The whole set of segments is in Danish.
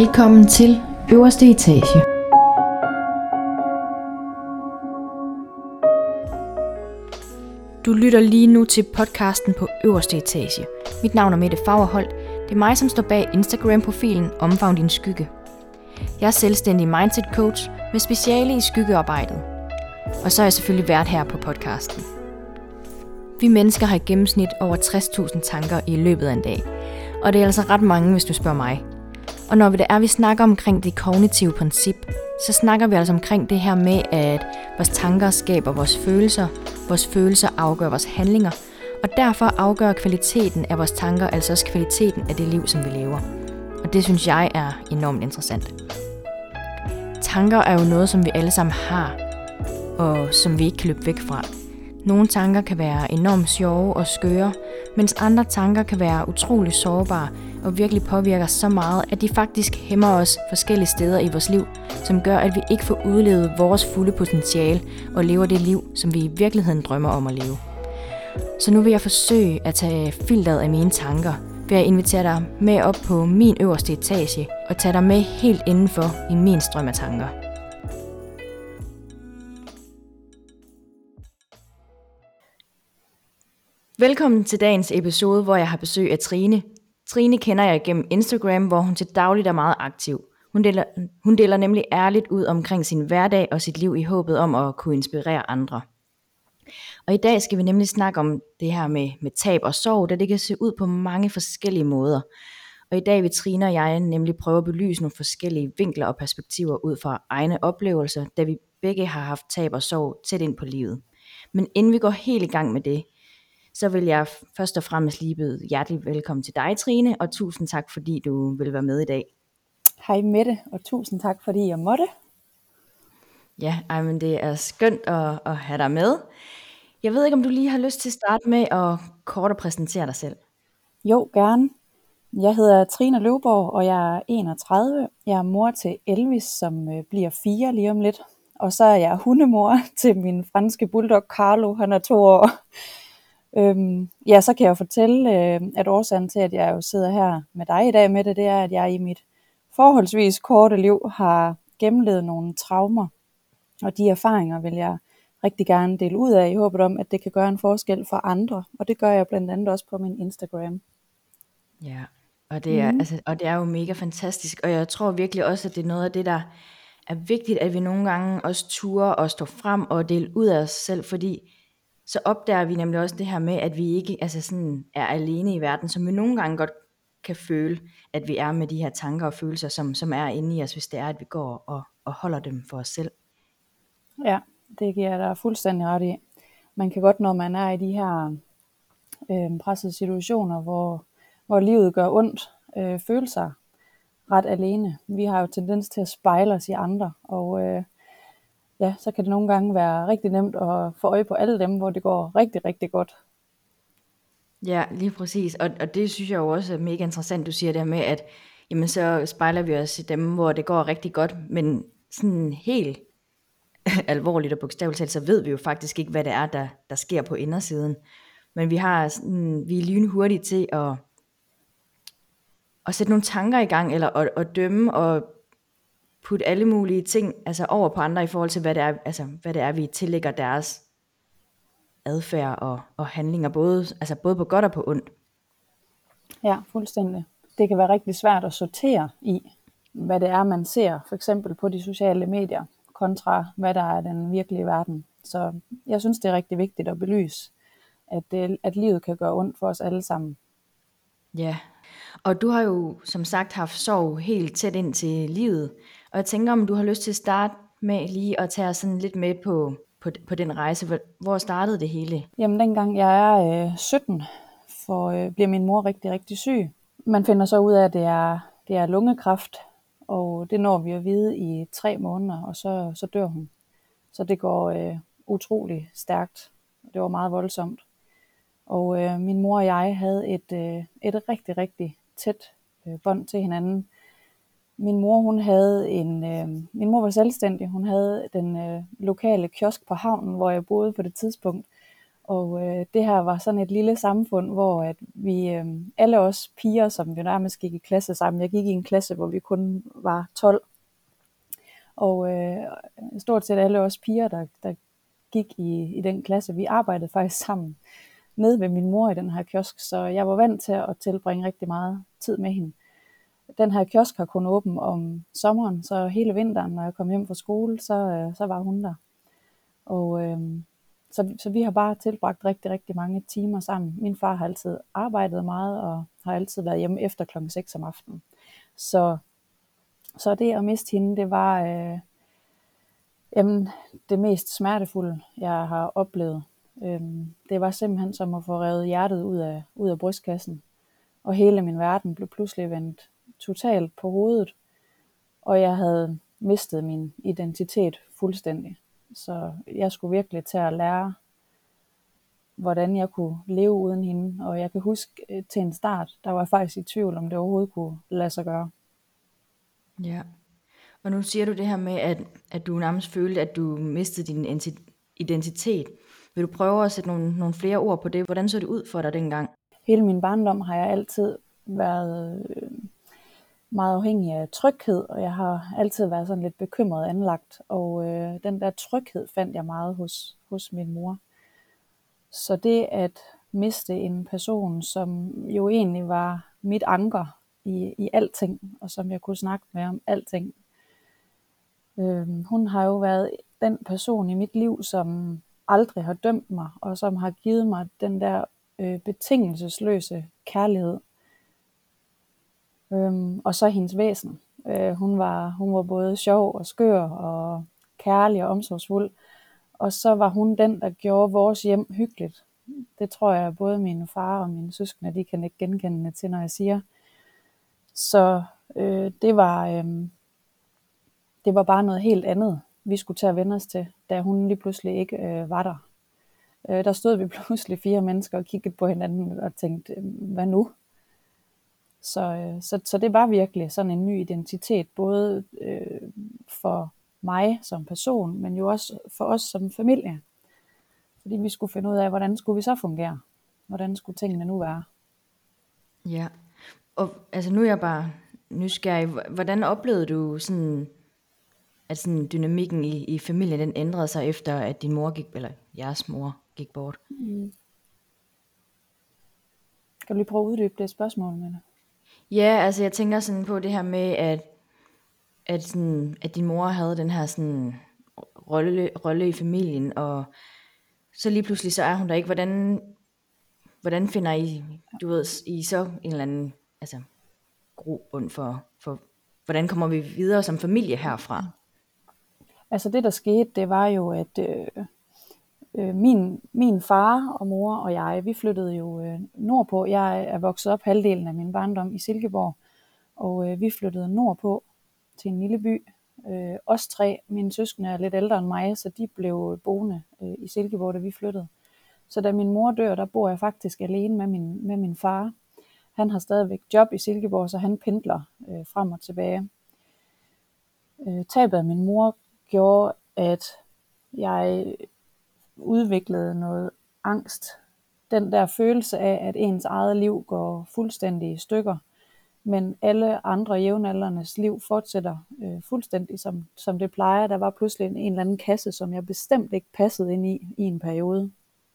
Velkommen til Øverste Etage. Du lytter lige nu til podcasten på Øverste Etage. Mit navn er Mette Fagerholt. Det er mig, som står bag Instagram-profilen Omfavn din skygge. Jeg er selvstændig mindset coach med speciale i skyggearbejdet. Og så er jeg selvfølgelig vært her på podcasten. Vi mennesker har i gennemsnit over 60.000 tanker i løbet af en dag. Og det er altså ret mange, hvis du spørger mig. Og når vi snakker omkring det kognitive princip, så snakker vi altså omkring det her med, at vores tanker skaber vores følelser afgør vores handlinger, og derfor afgør kvaliteten af vores tanker altså også kvaliteten af det liv, som vi lever. Og det synes jeg er enormt interessant. Tanker er jo noget, som vi alle sammen har, og som vi ikke kan løbe væk fra. Nogle tanker kan være enormt sjove og skøre, mens andre tanker kan være utrolig sårbare og virkelig påvirker så meget, at de faktisk hæmmer os forskellige steder i vores liv, som gør, at vi ikke får udlevet vores fulde potentiale og lever det liv, som vi i virkeligheden drømmer om at leve. Så nu vil jeg forsøge at tage filteret af mine tanker ved at invitere dig med op på min øverste etage og tage dig med helt indenfor i min strøm af tanker. Velkommen til dagens episode, hvor jeg har besøg af Trine. Trine kender jeg igennem Instagram, hvor hun til dagligt er meget aktiv. Hun deler nemlig ærligt ud omkring sin hverdag og sit liv i håbet om at kunne inspirere andre. Og i dag skal vi nemlig snakke om det her med tab og sorg, da det kan se ud på mange forskellige måder. Og i dag vil Trine og jeg nemlig prøve at belyse nogle forskellige vinkler og perspektiver ud fra egne oplevelser, da vi begge har haft tab og sorg tæt ind på livet. Men inden vi går helt i gang med det, så vil jeg først og fremmest lige byde hjertelig velkommen til dig, Trine, og tusind tak, fordi du vil være med i dag. Hej Mette, og tusind tak, fordi jeg måtte. Ja, men det er skønt at have dig med. Jeg ved ikke, om du lige har lyst til at starte med at kort præsentere dig selv. Jo, gerne. Jeg hedder Trine Løvborg, og jeg er 31. Jeg er mor til Elvis, som bliver 4 lige om lidt. Og så er jeg hundemor til min franske bulldog Carlo, han er 2 år. Så kan jeg jo fortælle, at årsagen til, at jeg jo sidder her med dig i dag med det er, at jeg i mit forholdsvis korte liv har gennemlevet nogle traumer. Og de erfaringer vil jeg rigtig gerne dele ud af i håbet om, at det kan gøre en forskel for andre. Og det gør jeg blandt andet også på min Instagram. Ja, og det er jo mega fantastisk. Og jeg tror virkelig også, at det er noget af det, der er vigtigt, at vi nogle gange også turer og står frem og dele ud af os selv, fordi så opdager vi nemlig også det her med, at vi ikke sådan er alene i verden, som vi nogle gange godt kan føle, at vi er med de her tanker og følelser, som er inde i os, hvis det er, at vi går og holder dem for os selv. Ja, det giver jeg dig fuldstændig ret i. Man kan godt, når man er i de her pressede situationer, hvor livet gør ondt, føle sig ret alene. Vi har jo tendens til at spejle os i andre, og så kan det nogle gange være rigtig nemt at få øje på alle dem, hvor det går rigtig, rigtig godt. Ja, lige præcis. Og det synes jeg jo også er mega interessant, du siger det her med, at jamen, så spejler vi os i dem, hvor det går rigtig godt, men sådan helt alvorligt og bogstaveligt talt, så ved vi jo faktisk ikke, hvad det er, der sker på indersiden. Men vi er lynhurtige til at sætte nogle tanker i gang, eller at dømme og putte alle mulige ting over på andre i forhold til, hvad det er, vi tillægger deres adfærd og handlinger, både på godt og på ondt. Ja, fuldstændig. Det kan være rigtig svært at sortere i, hvad det er, man ser, for eksempel på de sociale medier, kontra hvad der er den virkelige verden. Så jeg synes, det er rigtig vigtigt at belyse, at livet kan gøre ondt for os alle sammen. Ja. Og du har jo som sagt haft sorg helt tæt ind til livet, og jeg tænker, om du har lyst til at starte med lige at tage sådan lidt med på den rejse. Hvor startede det hele? Jamen dengang jeg er 17, bliver min mor rigtig, rigtig syg. Man finder så ud af, at det er lungekræft, og det når vi at vide i 3 måneder, og så dør hun. Så det går utrolig stærkt. Det var meget voldsomt. Og min mor og jeg havde et rigtig, rigtig tæt bånd til hinanden. Min mor var selvstændig. Hun havde den lokale kiosk på havnen, hvor jeg boede på det tidspunkt. Og det her var sådan et lille samfund, hvor at vi alle os piger, som vi nærmest gik i klasse sammen, jeg gik i en klasse, hvor vi kun var 12, og stort set alle os piger, der gik i den klasse, vi arbejdede faktisk sammen nede ved min mor i den her kiosk, så jeg var vant til at tilbringe rigtig meget tid med hende. Den her kiosk har kun åben om sommeren, så hele vinteren, når jeg kom hjem fra skole, så var hun der. Og så vi har bare tilbragt rigtig, rigtig mange timer sammen. Min far har altid arbejdet meget, og har altid været hjemme efter klokken 6 om aftenen. Så det at miste hende, det var det mest smertefulde, jeg har oplevet. Det var simpelthen som at få revet hjertet ud af brystkassen. Og hele min verden blev pludselig vendt totalt på hovedet. Og jeg havde mistet min identitet fuldstændig. Så jeg skulle virkelig til at lære, hvordan jeg kunne leve uden hende. Og jeg kan huske til en start, der var jeg faktisk i tvivl, om det overhovedet kunne lade sig gøre. Ja. Og nu siger du det her med, at du nærmest følte, at du mistede din identitet. Vil du prøve at sætte nogle flere ord på det? Hvordan så det ud for dig dengang? Hele min barndom har jeg altid været meget afhængig af tryghed, og jeg har altid været sådan lidt bekymret anlagt. Og den der tryghed fandt jeg meget hos min mor. Så det at miste en person, som jo egentlig var mit anker i alting, og som jeg kunne snakke med om alting. Hun har jo været den person i mit liv, som aldrig har dømt mig, og som har givet mig den der betingelsesløse kærlighed. Og så hendes væsen. Hun var både sjov og skør og kærlig og omsorgsfuld. Og så var hun den, der gjorde vores hjem hyggeligt. Det tror jeg, både min far og mine søskende, de kan ikke genkende til, når jeg siger. Så det var bare noget helt andet, vi skulle til at vende os til, da hun lige pludselig ikke var der. Der stod vi pludselig 4 mennesker og kiggede på hinanden og tænkte, hvad nu? Så det var virkelig sådan en ny identitet, både for mig som person, men jo også for os som familie. Fordi vi skulle finde ud af, hvordan skulle vi så fungere? Hvordan skulle tingene nu være? Ja, og altså nu er jeg bare nysgerrig. Hvordan oplevede du sådan, at sådan dynamikken i familien den ændrede sig efter, at din mor gik, eller jeres mor gik bort? Kan du lige prøve at uddybe det spørgsmål med det? Ja, altså jeg tænker sådan på det her med, at din mor havde den her sådan rolle i familien, og så lige pludselig så er hun der ikke. Hvordan finder I, du ved, I så en eller anden grobund for hvordan kommer vi videre som familie herfra? Altså det der skete, det var jo, at min far og mor og jeg, vi flyttede jo nordpå. Jeg er vokset op halvdelen af min barndom i Silkeborg, og vi flyttede nordpå til en lille by. Os 3, mine søskende er lidt ældre end mig, så de blev boende i Silkeborg, da vi flyttede. Så da min mor dør, der bor jeg faktisk alene med min far. Han har stadigvæk job i Silkeborg, så han pendler frem og tilbage. Tabet af min mor gjorde, at jeg udviklede noget angst. Den der følelse af, at ens eget liv går fuldstændig i stykker, men alle andre jævnaldrendes liv fortsætter fuldstændig som det plejer. Der var pludselig en eller anden kasse, som jeg bestemt ikke passede ind i en periode.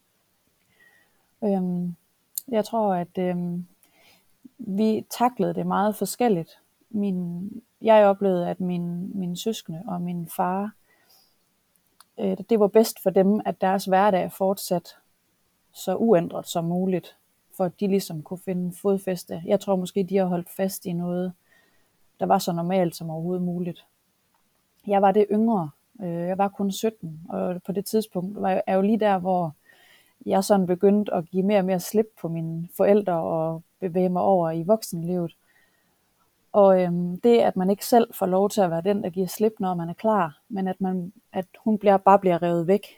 Jeg tror, at vi taklede det meget forskelligt. Jeg oplevede, at mine søskende og min far, det var bedst for dem, at deres hverdag fortsat så uændret som muligt, for at de ligesom kunne finde fodfæste. Jeg tror måske, de har holdt fast i noget, der var så normalt som overhovedet muligt. Jeg var det yngre. Jeg var kun 17, og på det tidspunkt var jeg jo lige der, hvor jeg sådan begyndte at give mere og mere slip på mine forældre og bevæge mig over i voksenlivet. Og det, at man ikke selv får lov til at være den, der giver slip, når man er klar, men at hun bare bliver revet væk,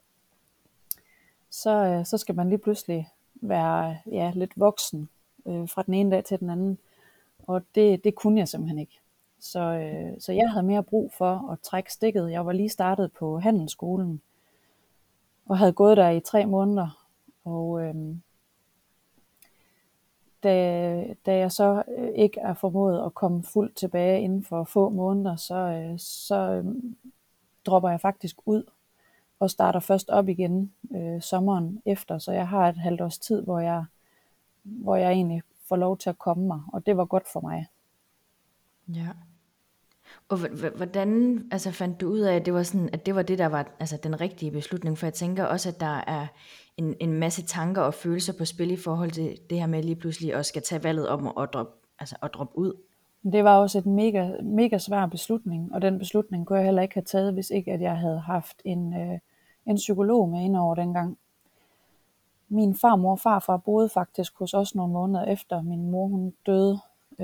så skal man lige pludselig være lidt voksen fra den ene dag til den anden. Og det kunne jeg simpelthen ikke. Så jeg havde mere brug for at trække stikket. Jeg var lige startet på handelsskolen, og havde gået der i 3 måneder, Og da jeg så ikke er formået at komme fuldt tilbage inden for få måneder, så dropper jeg faktisk ud og starter først op igen sommeren efter. Så jeg har et halvt års tid, hvor jeg egentlig får lov til at komme mig, og det var godt for mig. Ja. Og hvordan altså fandt du ud af, at det var sådan, at det var det, der var altså den rigtige beslutning? For jeg tænker også, at der er en masse tanker og følelser på spil i forhold til det her med lige pludselig at skal tage valget om at droppe ud. Det var også et mega svær beslutning, og den beslutning kunne jeg heller ikke have taget, hvis ikke at jeg havde haft en psykolog med ind over dengang. Min farmor og farfar boede faktisk hos os nogle måneder efter min mor hun døde,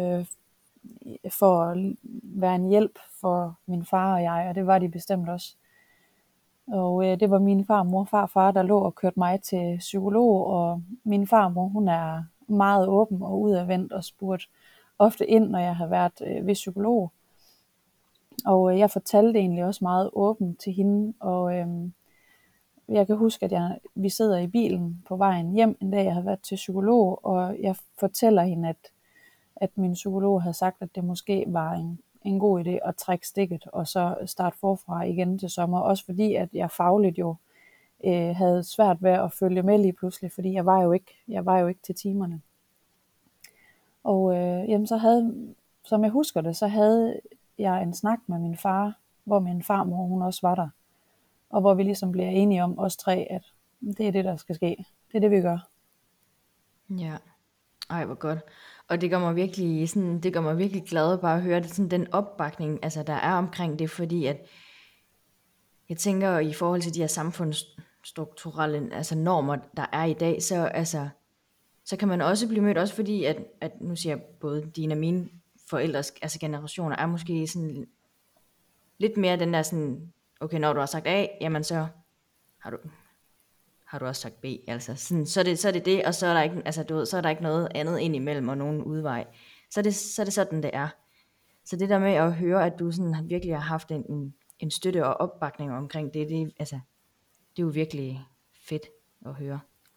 for at være en hjælp for min far og jeg, og det var de bestemt også. Og det var min farmor og farfar, der lå og kørte mig til psykolog, og min farmor, hun er meget åben og udadvendt og spurgte ofte ind, når jeg havde været ved psykolog. Og jeg fortalte egentlig også meget åbent til hende, og jeg kan huske, at vi sidder i bilen på vejen hjem, en dag jeg havde været til psykolog, og jeg fortæller hende, at min psykolog havde sagt, at det måske var en god idé at trække stikket, og så starte forfra igen til sommer. Også fordi, at jeg fagligt jo havde svært ved at følge med lige pludselig, fordi jeg var jo ikke til timerne. Og jamen, som jeg husker det, så havde jeg en snak med min far, hvor min farmor hun også var der. Og hvor vi ligesom bliver enige om, os tre, at det er det, der skal ske. Det er det, vi gør. Ja. Ej, hvor godt. Og det gør mig virkelig glad bare at høre det, sådan den opbakning, altså der er omkring det, fordi at jeg tænker i forhold til de her samfundsstrukturelle altså normer, der er i dag, så kan man også blive mødt, også fordi at nu siger jeg både dine og mine forældres altså generationer er måske sådan lidt mere den der sådan, okay, når du har sagt A, jamen så har du også sagt B, altså sådan, så er det det, og så er der ikke, altså du ved, så er der ikke noget andet ind imellem og nogen udvej. Så er det sådan, det er. Så det der med at høre, at du sådan virkelig har haft en støtte og opbakning omkring det, det er jo virkelig fedt at høre.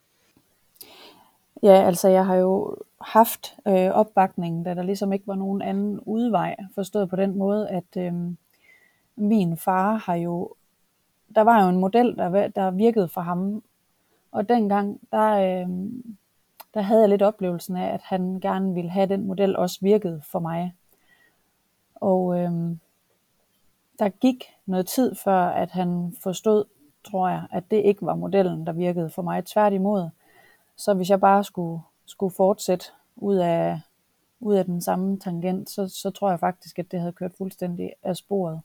Ja, altså jeg har jo haft opbakningen, da der ligesom ikke var nogen anden udvej, forstået på den måde, at min far der var jo en model, der virkede for ham, og dengang, der havde jeg lidt oplevelsen af, at han gerne ville have, at den model også virkede for mig. Og der gik noget tid før, at han forstod, tror jeg, at det ikke var modellen, der virkede for mig. Tværtimod, så hvis jeg bare skulle fortsætte ud af den samme tangent, så tror jeg faktisk, at det havde kørt fuldstændig af sporet.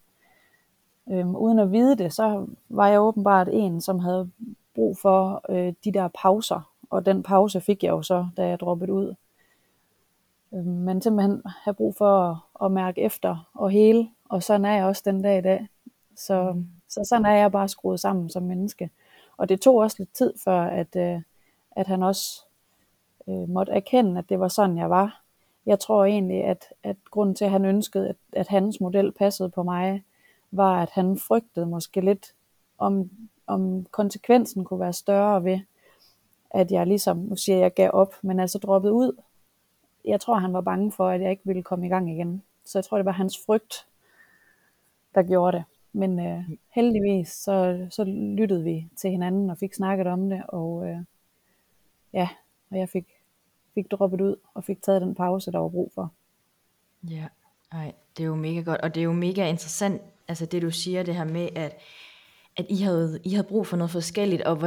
Uden at vide det, så var jeg åbenbart en, som havde brug for de der pauser, og den pause fik jeg jo så, da jeg droppede ud. Men simpelthen have brug for at mærke efter og hele, og sådan er jeg også den dag i dag. Så sådan er jeg bare skruet sammen som menneske. Og det tog også lidt tid før, at han også måtte erkende, at det var sådan, jeg var. Jeg tror egentlig, at grunden til, at han ønskede, at hans model passede på mig, var, at han frygtede måske lidt, om konsekvensen kunne være større ved, at jeg ligesom, nu siger jeg gav op, men altså droppede ud. Jeg tror, han var bange for, at jeg ikke ville komme i gang igen. Så jeg tror, det var hans frygt, der gjorde det. Men heldigvis, så lyttede vi til hinanden og fik snakket om det, og og jeg fik droppet ud og fik taget den pause, der var brug for. Ja, ej, det er jo mega godt, og det er jo mega interessant, altså det du siger, det her med, at I havde brug for noget forskelligt, og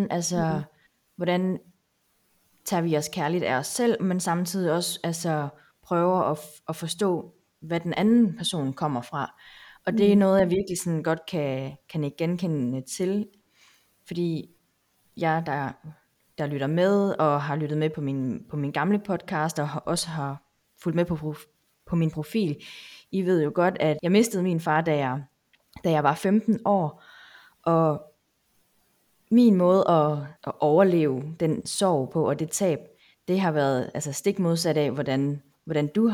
hvordan tager vi os kærligt af os selv, men samtidig også altså prøver at forstå, hvad den anden person kommer fra. Og det er noget, jeg virkelig sådan godt kan ikke genkende til, fordi jeg, der lytter med, og har lyttet med på min gamle podcast, og også har fulgt med på min profil, I ved jo godt, at jeg mistede min far, da jeg var 15 år, og min måde at overleve den sorg på, og det tab, det har været altså stik modsat af, hvordan du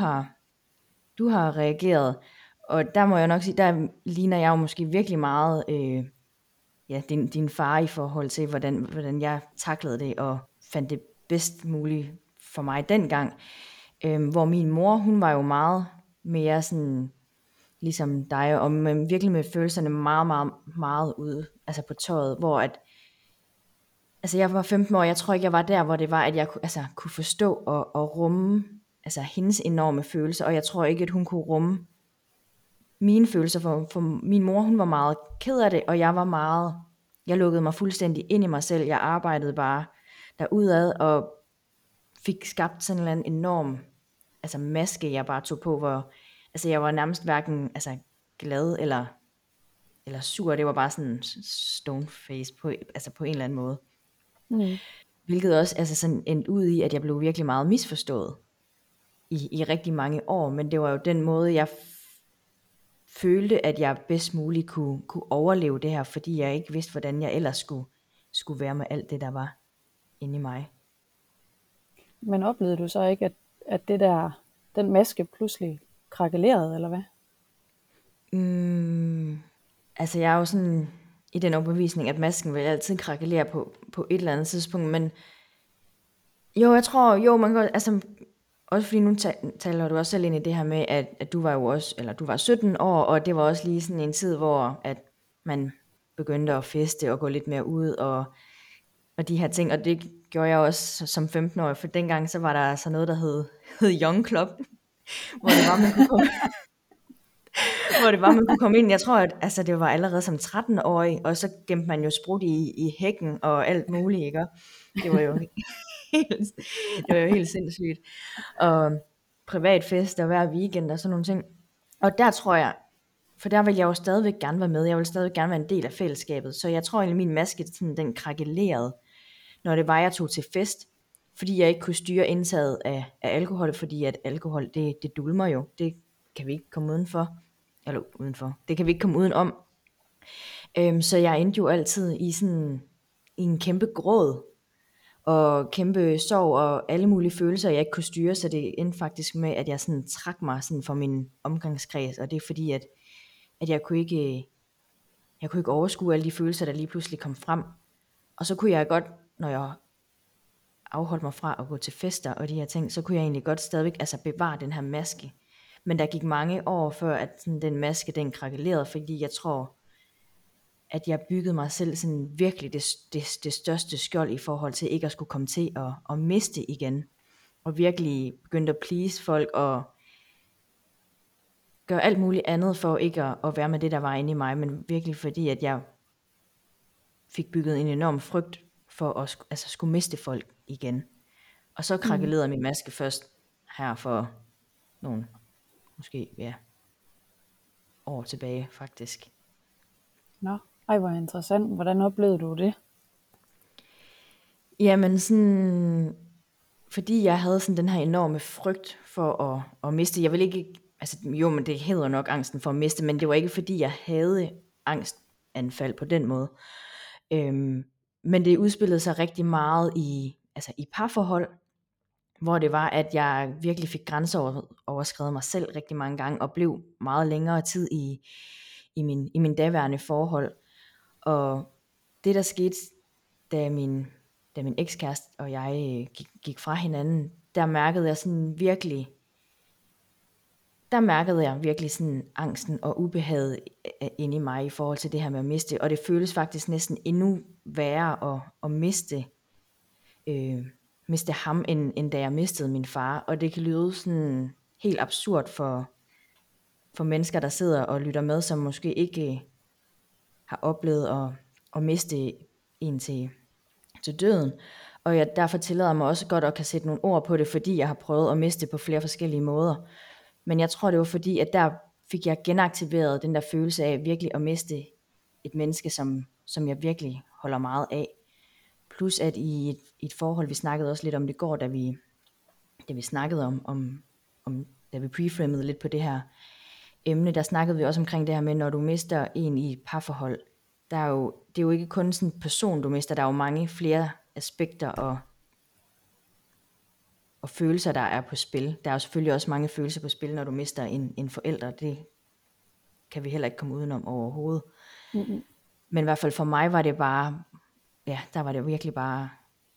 har reageret. Og der må jeg nok sige, der ligner jeg jo måske virkelig meget din far i forhold til, hvordan jeg taklede det, og fandt det bedst muligt for mig dengang. Hvor min mor, hun var jo meget mere sådan, ligesom dig, og virkelig med følelserne meget, meget, meget ude, altså på tøjet, hvor at, altså jeg var 15 år, jeg tror ikke, jeg var der, hvor det var, at jeg kunne forstå og rumme, altså hendes enorme følelser, og jeg tror ikke, at hun kunne rumme mine følelser, for min mor, hun var meget ked af det, og jeg lukkede mig fuldstændig ind i mig selv, jeg arbejdede bare derudad, og fik skabt sådan en eller anden enorm, maske, jeg bare tog på, hvor, jeg var nærmest hverken, glad eller sur, det var bare sådan stone face på en eller anden måde. Hvilket også sådan endte ud i, at jeg blev virkelig meget misforstået i rigtig mange år, men det var jo den måde, jeg følte, at jeg bedst muligt kunne overleve det her, fordi jeg ikke vidste, hvordan jeg ellers skulle være med alt det, der var inde i mig. Men oplevede du så ikke, at den maske pludselig krakelerede, eller hvad? Jeg er jo sådan i den overbevisning, at masken vil altid krakelere på et eller andet tidspunkt, men jo, jeg tror, man kan også fordi nu taler du også selv ind i det her med, at du var jo også, eller du var 17 år, og det var også lige sådan en tid, hvor at man begyndte at feste og gå lidt mere ud, og de her ting, og det gjorde jeg også som 15-årig, for dengang så var der så noget, der hed Young Club, hvor det var, man kunne komme ind. Jeg tror, at det var allerede som 13-årig, og så gemte man jo sprut i hækken og alt muligt, ikke? Det var jo helt sindssygt. Og privatfester hver weekend og sådan nogle ting. Og der tror jeg, for der vil jeg jo stadigvæk gerne være med, jeg vil stadigvæk gerne være en del af fællesskabet, så jeg tror egentlig, min maske, den krakelerede, når det var, jeg tog til fest, fordi jeg ikke kunne styre indtaget af alkohol, fordi at alkohol, det dulmer jo, det kan vi ikke komme udenfor, det kan vi ikke komme udenom. Så jeg endte jo altid i en kæmpe gråd, og kæmpe sorg, og alle mulige følelser, jeg ikke kunne styre, så det endte faktisk med, at jeg sådan trak mig sådan fra min omgangskreds, og det er fordi, at jeg kunne ikke overskue alle de følelser, der lige pludselig kom frem. Og så kunne jeg godt, når jeg afholdt mig fra at gå til fester og de her ting, så kunne jeg egentlig godt stadigvæk bevare den her maske. Men der gik mange år før, at sådan, den maske, den krakelerede, fordi jeg tror, at jeg byggede mig selv sådan virkelig det største skjold i forhold til ikke at skulle komme til at miste igen. Og virkelig begyndte at please folk og gøre alt muligt andet for ikke at være med det, der var inde i mig, men virkelig fordi, at jeg fik bygget en enorm frygt for at skulle miste folk igen. Og så krakelerede min maske først her for nogle, måske år tilbage faktisk. Nå, ej hvor interessant. Hvordan oplevede du det? Jamen sådan, fordi jeg havde sådan den her enorme frygt for at miste. Jeg vil ikke, jo, men det hedder nok angsten for at miste, men det var ikke fordi jeg havde angstanfald på den måde. Men det udspillede sig rigtig meget i parforhold, hvor det var, at jeg virkelig fik grænseoverskredet mig selv rigtig mange gange, og blev meget længere tid i min daværende forhold. Og det der skete, da min ekskæreste og jeg gik fra hinanden, der mærkede jeg virkelig sådan angsten og ubehaget inde i mig i forhold til det her med at miste, og det føles faktisk næsten endnu værre at miste ham, end da jeg mistede min far, og det kan lyde sådan helt absurd for mennesker, der sidder og lytter med, som måske ikke har oplevet at miste en til døden, og jeg derfor tillader mig også godt at kan sætte nogle ord på det, fordi jeg har prøvet at miste på flere forskellige måder. Men jeg tror, det var fordi, at der fik jeg genaktiveret den der følelse af virkelig at miste et menneske, som jeg virkelig holder meget af. Plus at i et forhold, vi snakkede også lidt om det går, da vi snakkede om da vi preframede lidt på det her emne, der snakkede vi også omkring det her med, når du mister en i et parforhold, det er jo ikke kun sådan en person, du mister, der er jo mange flere aspekter og følelser, der er på spil. Der er jo selvfølgelig også mange følelser på spil, når du mister en forælder. Det kan vi heller ikke komme udenom overhovedet. Men i hvert fald for mig var det bare, ja, der var det virkelig bare,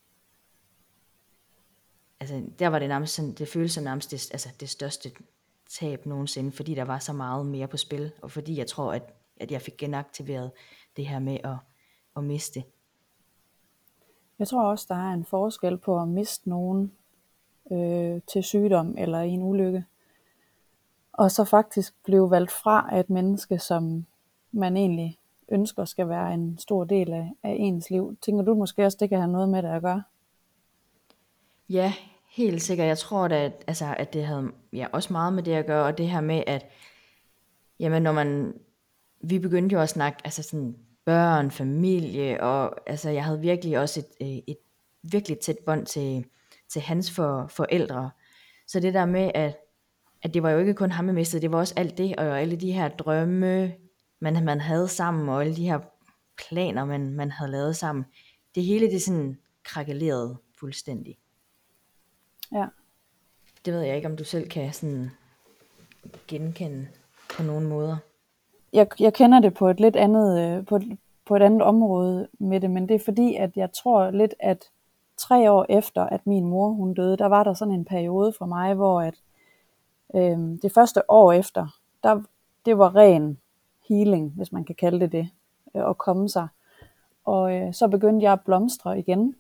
altså der var det nærmest sådan, det føltes som nærmest det, altså det største tab nogensinde, fordi der var så meget mere på spil, og fordi jeg tror, at jeg fik genaktiveret det her med at miste. Jeg tror også, der er en forskel på at miste nogen til sygdom eller i en ulykke, og så faktisk blive valgt fra af et menneske, som man egentlig ønsker skal være en stor del af ens liv. Tænker du måske også, det kan have noget med det at gøre? Ja, helt sikkert. Jeg tror da, at det havde også meget med det at gøre, og det her med, at jamen, vi begyndte jo at snakke, altså sådan børn, familie, og altså jeg havde virkelig også et virkelig tæt bånd til hans forældre. Så det der med, at det var jo ikke kun ham, jeg mistede, det var også alt det, og alle de her drømme, man havde sammen, og alle de her planer, man havde lavet sammen. Det hele, det sådan krakelerede fuldstændig. Ja. Det ved jeg ikke, om du selv kan sådan genkende på nogen måder. Jeg kender det på et lidt andet, på et andet område med det, men det er fordi, at jeg tror lidt, at 3 år efter, at min mor hun døde, der var der sådan en periode for mig, hvor at det første år efter, det var ren healing, hvis man kan kalde det det, at komme sig. Og så begyndte jeg at blomstre igen,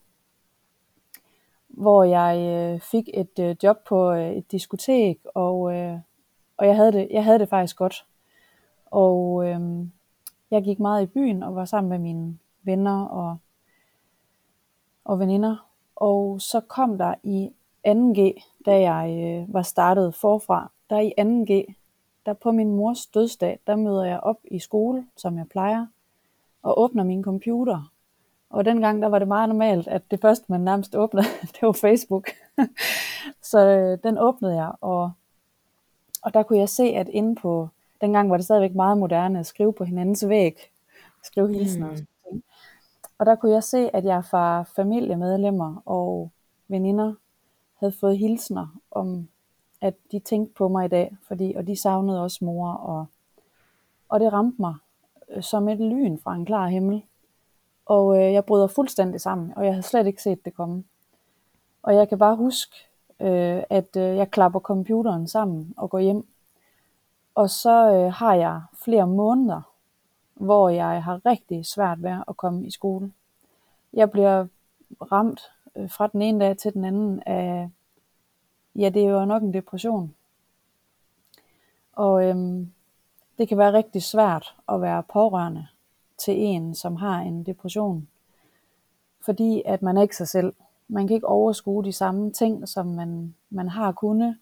hvor jeg fik et job på et diskotek, og jeg havde det faktisk godt. Og jeg gik meget i byen og var sammen med mine venner og veninder. Og så kom der i 2G, da jeg var startet forfra, der i 2G, der på min mors dødsdag, der møder jeg op i skole, som jeg plejer, og åbner min computer. Og dengang, der var det meget normalt, at det første, man nærmest åbnede, det var Facebook. Så den åbnede jeg, og der kunne jeg se, at inde på, dengang var det stadigvæk meget moderne at skrive på hinandens væg, skrive hilsner og sådan ting. Og der kunne jeg se, at jeg fra familiemedlemmer og veninder havde fået hilsner om, at de tænkte på mig i dag, og de savnede også mor, og det ramte mig som et lyn fra en klar himmel. Og jeg bryder fuldstændig sammen, og jeg havde slet ikke set det komme. Og jeg kan bare huske, at jeg klapper computeren sammen og går hjem. Og så har jeg flere måneder, hvor jeg har rigtig svært ved at komme i skole. Jeg bliver ramt fra den ene dag til den anden af, ja, det er jo nok en depression. Og det kan være rigtig svært at være pårørende til en, som har en depression. Fordi at man er ikke sig selv. Man kan ikke overskue de samme ting, som man har kunnet.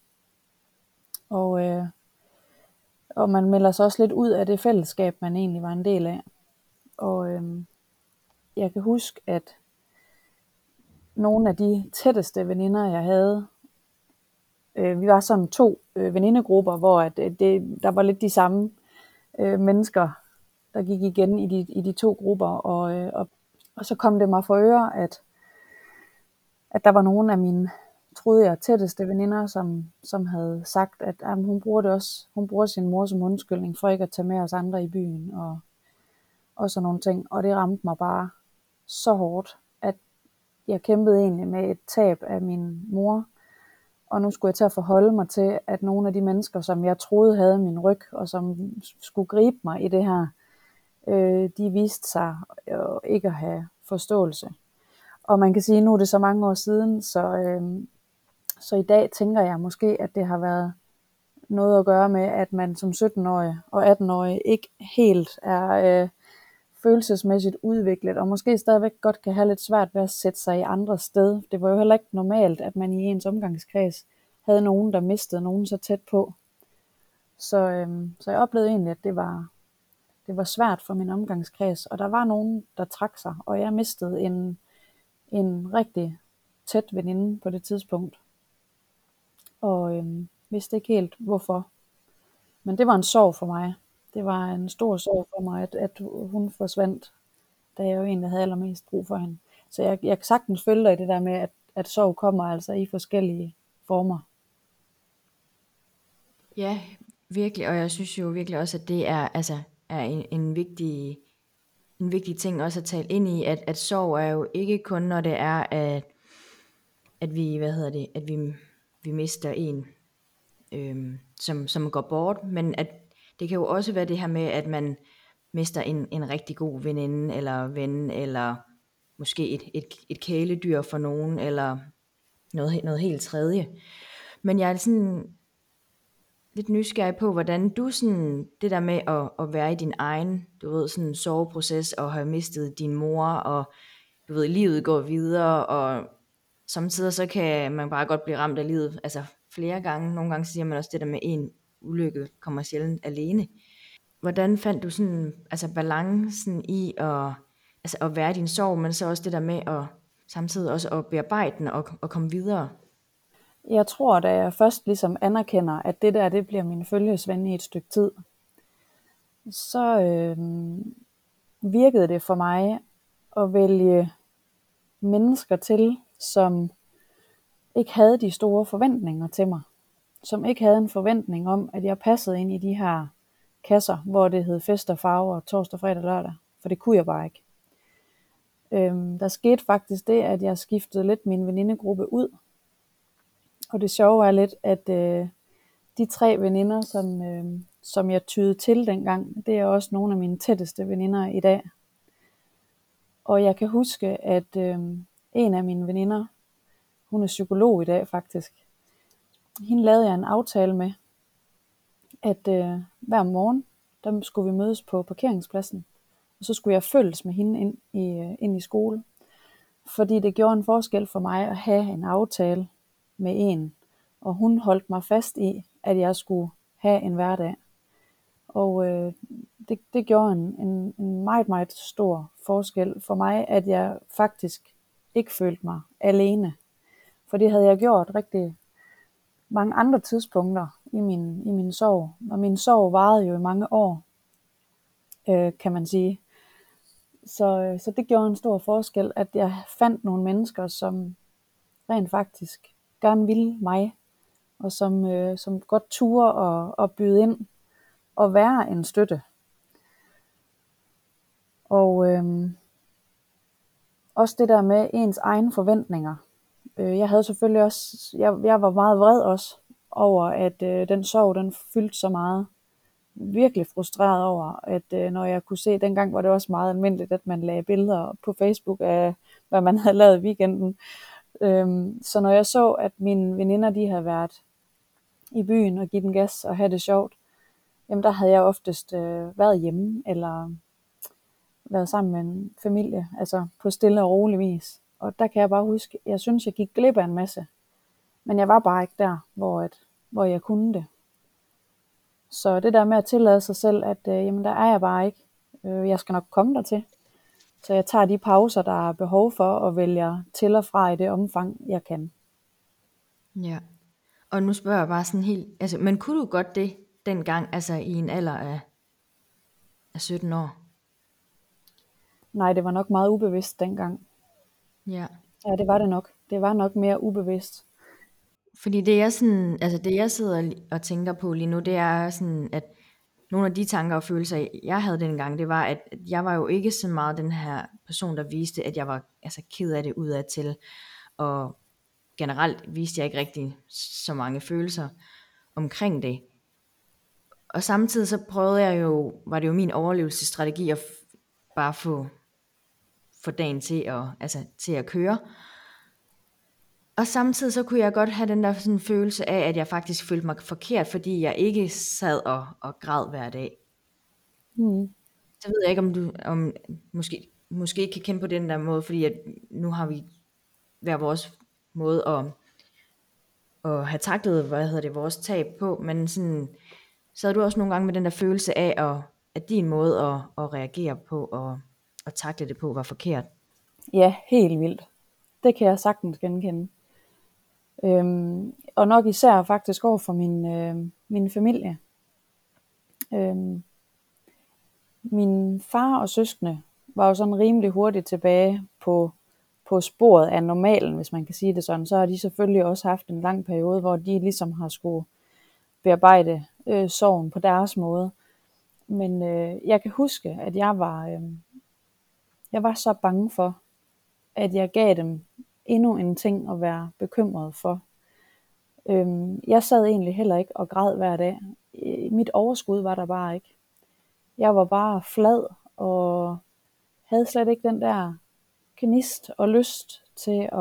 Og man melder sig også lidt ud af det fællesskab, man egentlig var en del af. Og jeg kan huske, at nogle af de tætteste veninder, jeg havde, vi var sådan 2 venindegrupper, hvor der var lidt de samme mennesker, der gik igen i de 2 grupper. Og så kom det mig for øre, at der var nogle af mine, troede jeg, tætteste veninder, som havde sagt, at hun bruger sin mor som undskyldning for ikke at tage med os andre i byen, og sådan nogle ting. Og det ramte mig bare så hårdt, at jeg kæmpede egentlig med et tab af min mor, og nu skulle jeg til at forholde mig til, at nogle af de mennesker, som jeg troede havde min ryg, og som skulle gribe mig i det her, de viste sig ikke at have forståelse. Og man kan sige, at nu er det så mange år siden, så i dag tænker jeg måske, at det har været noget at gøre med, at man som 17-årig og 18-årig ikke helt er følelsesmæssigt udviklet, og måske stadigvæk godt kan have lidt svært ved at sætte sig i andre sted. Det var jo heller ikke normalt, at man i ens omgangskreds havde nogen, der mistede nogen så tæt på. Så jeg oplevede egentlig, at det var svært for min omgangskreds, og der var nogen, der trak sig, og jeg mistede en rigtig tæt veninde på det tidspunkt. Og vidste ikke helt, hvorfor. Men det var en sorg for mig. Det var en stor sorg for mig, at hun forsvandt, da jeg jo egentlig havde allermest brug for hende. Så jeg kan sagtens følge dig i det der med, at sorg kommer altså i forskellige former. Ja, virkelig, og jeg synes jo virkelig også, at det er en vigtig en vigtig ting også at tale ind i, at sorg er jo ikke kun, når det er, at vi, vi mister en, som går bort, men at det kan jo også være det her med, at man mister en rigtig god veninde, eller ven, eller måske et kæledyr for nogen, eller noget helt tredje. Men jeg er sådan lidt nysgerrig på, hvordan du sådan, det der med at være i din egen, du ved, sådan sorgproces, og have mistet din mor, og du ved, livet går videre, og samtidig så kan man bare godt blive ramt af livet, altså flere gange. Nogle gange siger man også det der med, en ulykke kommer sjældent alene. Hvordan fandt du sådan, altså balancen i at være i din sorg, men så også det der med at samtidig også at bearbejde den og komme videre? Jeg tror, da jeg først ligesom anerkender, at det der, det bliver min følgesven i et stykke tid, så virkede det for mig at vælge mennesker til, som ikke havde de store forventninger til mig. Som ikke havde en forventning om, at jeg passede ind i de her kasser, hvor det hed fest og farver torsdag, fredag og lørdag. For det kunne jeg bare ikke. Der skete faktisk det, at jeg skiftede lidt min venindegruppe ud. Og det sjove er lidt, at de 3 veninder, som jeg tydede til dengang, det er også nogle af mine tætteste veninder i dag. Og jeg kan huske, at en af mine veninder, hun er psykolog i dag faktisk, hende lavede jeg en aftale med, at hver morgen, der skulle vi mødes på parkeringspladsen, og så skulle jeg følges med hende ind i skole. Fordi det gjorde en forskel for mig at have en aftale med en, og hun holdt mig fast i, at jeg skulle have en hverdag. Og det gjorde en meget, meget stor forskel for mig, at jeg faktisk ikke følte mig alene. For det havde jeg gjort rigtig mange andre tidspunkter i min sorg. Og min sorg varede jo i mange år, kan man sige. Så det gjorde en stor forskel, at jeg fandt nogle mennesker, som rent faktisk gerne ville mig, og som godt turde og byde ind og være en støtte. Og også det der med ens egne forventninger. Jeg havde selvfølgelig også, jeg var meget vred også over, at den sorg, den fyldte så meget. Virkelig frustreret over, at når jeg kunne se, dengang var det også meget almindeligt, at man lagde billeder på Facebook af, hvad man havde lavet i weekenden. Så når jeg så, at mine veninder, de havde været i byen og givet den gas og have det sjovt, jamen der havde jeg oftest været hjemme, eller været sammen med en familie, altså på stille og rolig vis. Og der kan jeg bare huske, jeg synes, jeg gik glip af en masse. Men jeg var bare ikke der, hvor jeg kunne det. Så det der med at tillade sig selv, at jamen der er jeg bare ikke. Jeg skal nok komme der til. Så jeg tager de pauser, der er behov for, og vælger til og fra i det omfang, jeg kan. Ja, og nu spørger jeg bare sådan helt, altså, men kunne du godt det dengang, altså i en alder af 17 år? Nej, det var nok meget ubevidst dengang. Ja. Ja, det var det nok. Det var nok mere ubevidst. Fordi det jeg sådan, altså det jeg sidder og tænker på lige nu, det er sådan, at nogle af de tanker og følelser, jeg havde dengang, det var, at jeg var jo ikke så meget den her person, der viste, at jeg var altså ked af det udadtil, og generelt viste jeg ikke rigtig så mange følelser omkring det. Og samtidig så prøvede jeg jo, var det jo min overlevelsesstrategi at bare få dagen til at køre. Og samtidig så kunne jeg godt have den der sådan følelse af, at jeg faktisk følte mig forkert, fordi jeg ikke sad og græd hver dag. Så ved jeg ikke, om du måske ikke kan kende på den der måde, fordi at nu har vi hver vores måde at have taklet, vores tab på, men sådan, så havde du også nogle gange med den der følelse af, at din måde at reagere på og takle det på var forkert. Ja, helt vildt. Det kan jeg sagtens genkende. Og nok især faktisk over for min familie. Min far og søskende var jo sådan rimelig hurtigt tilbage på sporet af normalen, hvis man kan sige det sådan. Så har de selvfølgelig også haft en lang periode, hvor de ligesom har skulle bearbejde sorgen på deres måde. Men jeg kan huske, at jeg var Jeg var så bange for, at jeg gav dem endnu en ting at være bekymret for. Jeg sad egentlig heller ikke og græd hver dag. Mit overskud var der bare ikke. Jeg var bare flad og havde slet ikke den der gnist og lyst til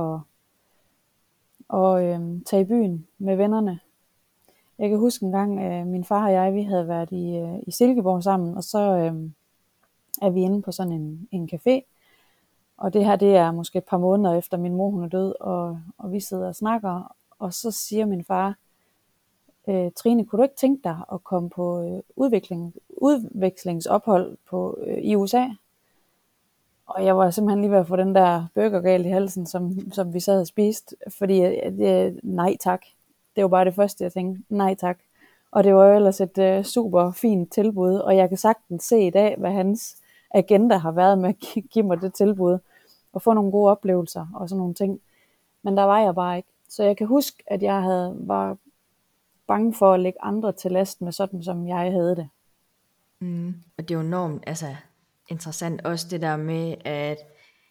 at tage i byen med vennerne. Jeg kan huske en gang, min far og jeg, vi havde været i Silkeborg sammen, og så er vi inde på sådan en café. Og det her, det er måske et par måneder efter min mor hun er død, og vi sidder og snakker, og så siger min far, Trine, kunne du ikke tænke dig at komme på udvekslingsophold i USA? Og jeg var simpelthen lige ved at få den der burger galt i halsen, som vi sad og spiste, fordi nej tak. Det var bare det første, jeg tænkte, nej tak. Og det var jo ellers et super fint tilbud, og jeg kan sagtens se i dag, hvad hans agenda har været med at give mig det tilbud, og få nogle gode oplevelser og sådan nogle ting. Men der var jeg bare ikke. Så jeg kan huske, at jeg var bange for at lægge andre til last med sådan, som jeg havde det. Og det er jo enormt interessant også det der med, at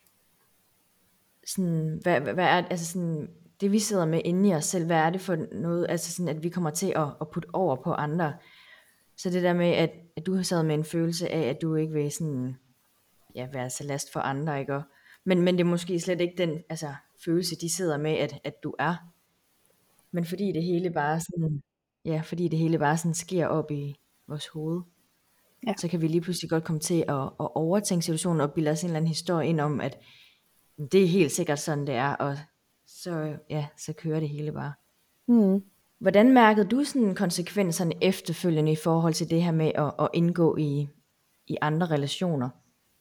sådan, hvad er altså sådan, det vi sidder med inde i os selv, hvad er det for noget, altså sådan, at vi kommer til at putte over på andre. Så det der med, at du har sad med en følelse af, at du ikke vil sådan, være til last for andre, ikke? Men det er måske slet ikke den følelse, de sidder med, at du er. Men fordi det hele bare sådan, sker op i vores hoved, Ja. så kan vi lige pludselig godt komme til at overtænke situationen og bilde os en eller anden historie ind om, at det er helt sikkert sådan det er, og så kører det hele bare. Hvordan mærkede du sådan konsekvenserne efterfølgende i forhold til det her med at indgå i andre relationer?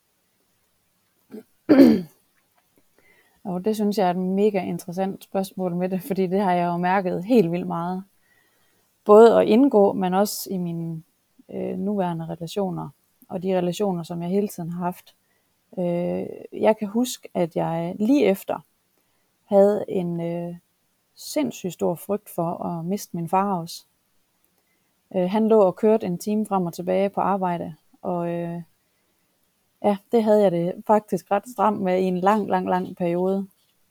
Og det synes jeg er et mega interessant spørgsmål med det, fordi det har jeg jo mærket helt vildt meget. Både at indgå, men også i mine nuværende relationer, og de relationer, som jeg hele tiden har haft. Jeg kan huske, at jeg lige efter havde en sindssygt stor frygt for at miste min far også. Han lå og kørte en time frem og tilbage på arbejde, og det havde jeg det faktisk ret stramt med i en lang periode.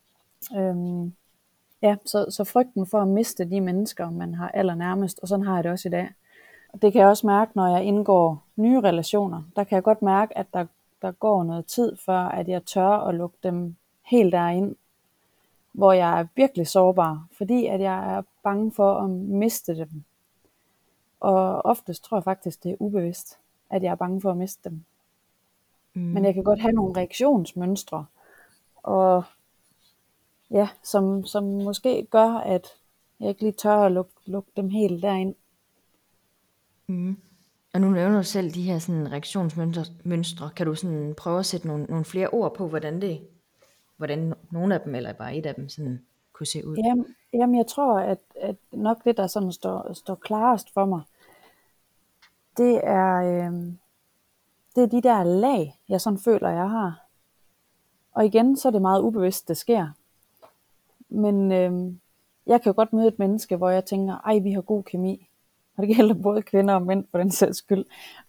Så frygten for at miste de mennesker, man har allernærmest, og sådan har jeg det også i dag. Og det kan jeg også mærke, når jeg indgår nye relationer. Der kan jeg godt mærke, at der går noget tid, før at jeg tør at lukke dem helt derind, hvor jeg er virkelig sårbar, fordi at jeg er bange for at miste dem. Og oftest tror jeg faktisk, det er ubevidst, at jeg er bange for at miste dem. Men jeg kan godt have nogle reaktionsmønstre, og som måske gør, at jeg ikke lige tør at lukke dem helt derind. Og nu nævner du selv de her sådan reaktionsmønstre. Kan du sådan prøve at sætte nogle flere ord på, hvordan nogle af dem, eller bare et af dem, sådan kunne se ud? Jamen jeg tror, at nok det, der sådan står klarest for mig, det er de der lag, jeg sådan føler, jeg har. Og igen, så er det meget ubevidst, det sker. Men jeg kan jo godt møde et menneske, hvor jeg tænker, ej, vi har god kemi. Og det gælder både kvinder og mænd for den sags skyld.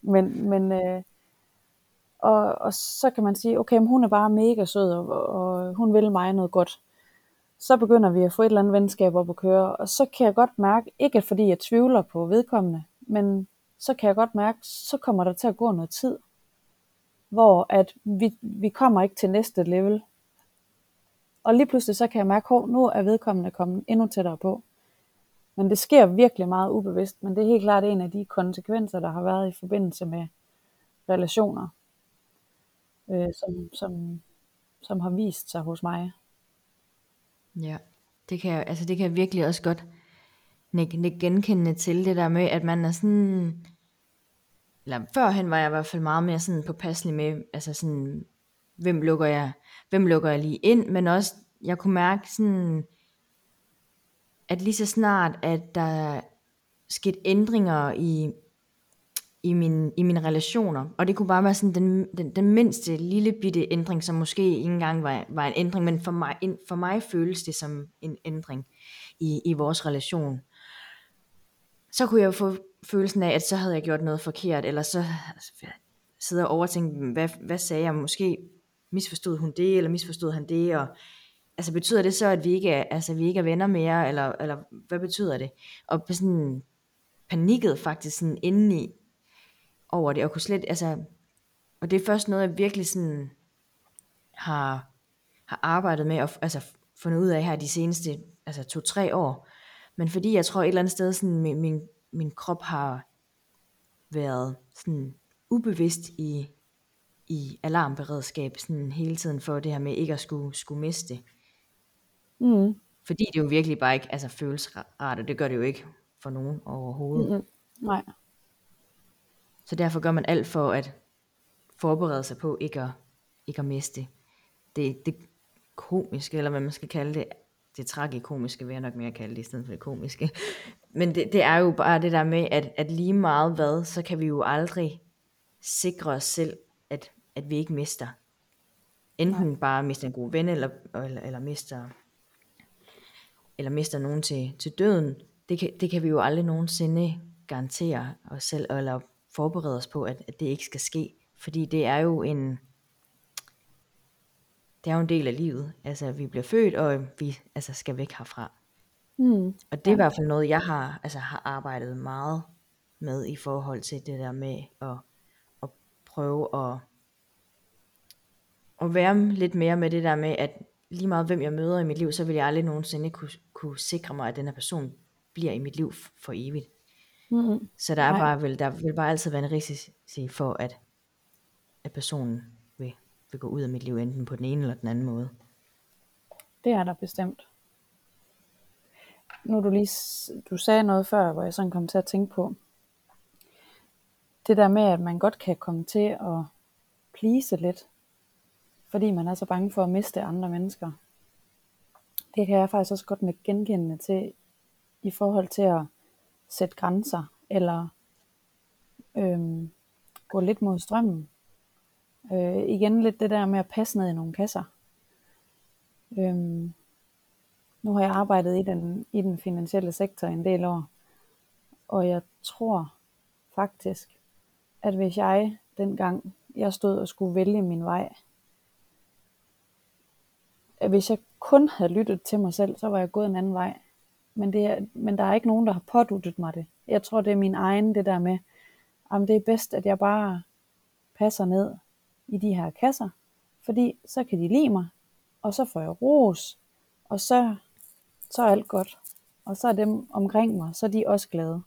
Og så kan man sige, okay, men hun er bare mega sød, og hun vil mig noget godt. Så begynder vi at få et eller andet venskab op at køre, og så kan jeg godt mærke, ikke fordi jeg tvivler på vedkommende, men så kan jeg godt mærke, så kommer der til at gå noget tid, hvor at vi kommer ikke til næste level. Og lige pludselig så kan jeg mærke, at nu er vedkommende kommet endnu tættere på. Men det sker virkelig meget ubevidst, men det er helt klart en af de konsekvenser, der har været i forbindelse med relationer, som har vist sig hos mig. Ja, det kan jeg virkelig også godt nikke genkendende til, det der med, at man er sådan, eller førhen var jeg i hvert fald meget mere sådan påpasselig med, altså sådan, hvem lukker jeg lige ind, men også, jeg kunne mærke sådan, at lige så snart, at der skete ændringer i mine relationer, og det kunne bare være sådan den mindste lille bitte ændring, som måske ikke engang var en ændring, men for mig føles det som en ændring i vores relation. Så kunne jeg jo få følelsen af, at så havde jeg gjort noget forkert, eller så sidder jeg og overtænker, hvad sagde jeg måske misforstod hun det, eller misforstod han det, og altså betyder det så, at vi ikke er venner mere, eller hvad betyder det? Og sådan panikket faktisk sådan indeni over det, og kunne slet, altså, og det er først noget, jeg virkelig sådan har arbejdet med, og altså fundet ud af her de seneste, altså 2-3 år, men fordi jeg tror et eller andet sted, sådan min krop har været sådan ubevidst i alarmberedskab sådan hele tiden for det her med ikke at skulle miste. Fordi det jo virkelig bare ikke altså føles rart, og det gør det jo ikke for nogen overhovedet. Nej. Så derfor gør man alt for at forberede sig på ikke at miste. Det komiske, eller hvad man skal kalde det, det tragikomiske vil jeg nok mere kalde det, i stedet for det komiske. Men det er jo bare det der med, at lige meget hvad, så kan vi jo aldrig sikre os selv, at vi ikke mister. Enten bare mister en god ven, eller mister nogen til døden. Det kan vi jo aldrig nogensinde garantere os selv, eller forberede os på, at det ikke skal ske. Fordi det er jo en del af livet. Altså, vi bliver født, og vi altså skal væk herfra. Og det er i hvert fald noget, jeg har arbejdet meget med i forhold til det der med at prøve at være lidt mere med det der med, at lige meget hvem jeg møder i mit liv, så vil jeg aldrig nogensinde kunne sikre mig, at den her person bliver i mit liv for evigt. Så der vil bare altid være en risiko for, at personen vil gå ud af mit liv, enten på den ene eller den anden måde. Det er der bestemt. Nu du sagde noget før, hvor jeg sådan kom til at tænke på, det der med, at man godt kan komme til at please lidt, fordi man er så bange for at miste andre mennesker. Det kan jeg faktisk også godt med genkendende til, i forhold til at sætte grænser, eller gå lidt mod strømmen. Igen lidt det der med at passe ned i nogle kasser. Nu har jeg arbejdet i den finansielle sektor en del år, og jeg tror faktisk, at hvis jeg dengang jeg stod og skulle vælge min vej, at hvis jeg kun havde lyttet til mig selv, så var jeg gået en anden vej. Men der er ikke nogen, der har påduttet mig det. Jeg tror, det er min egen, det der med, at det er bedst, at jeg bare passer ned i de her kasser, fordi så kan de lide mig, og så får jeg ros, og så er alt godt. Og så er dem omkring mig, så er de også glade.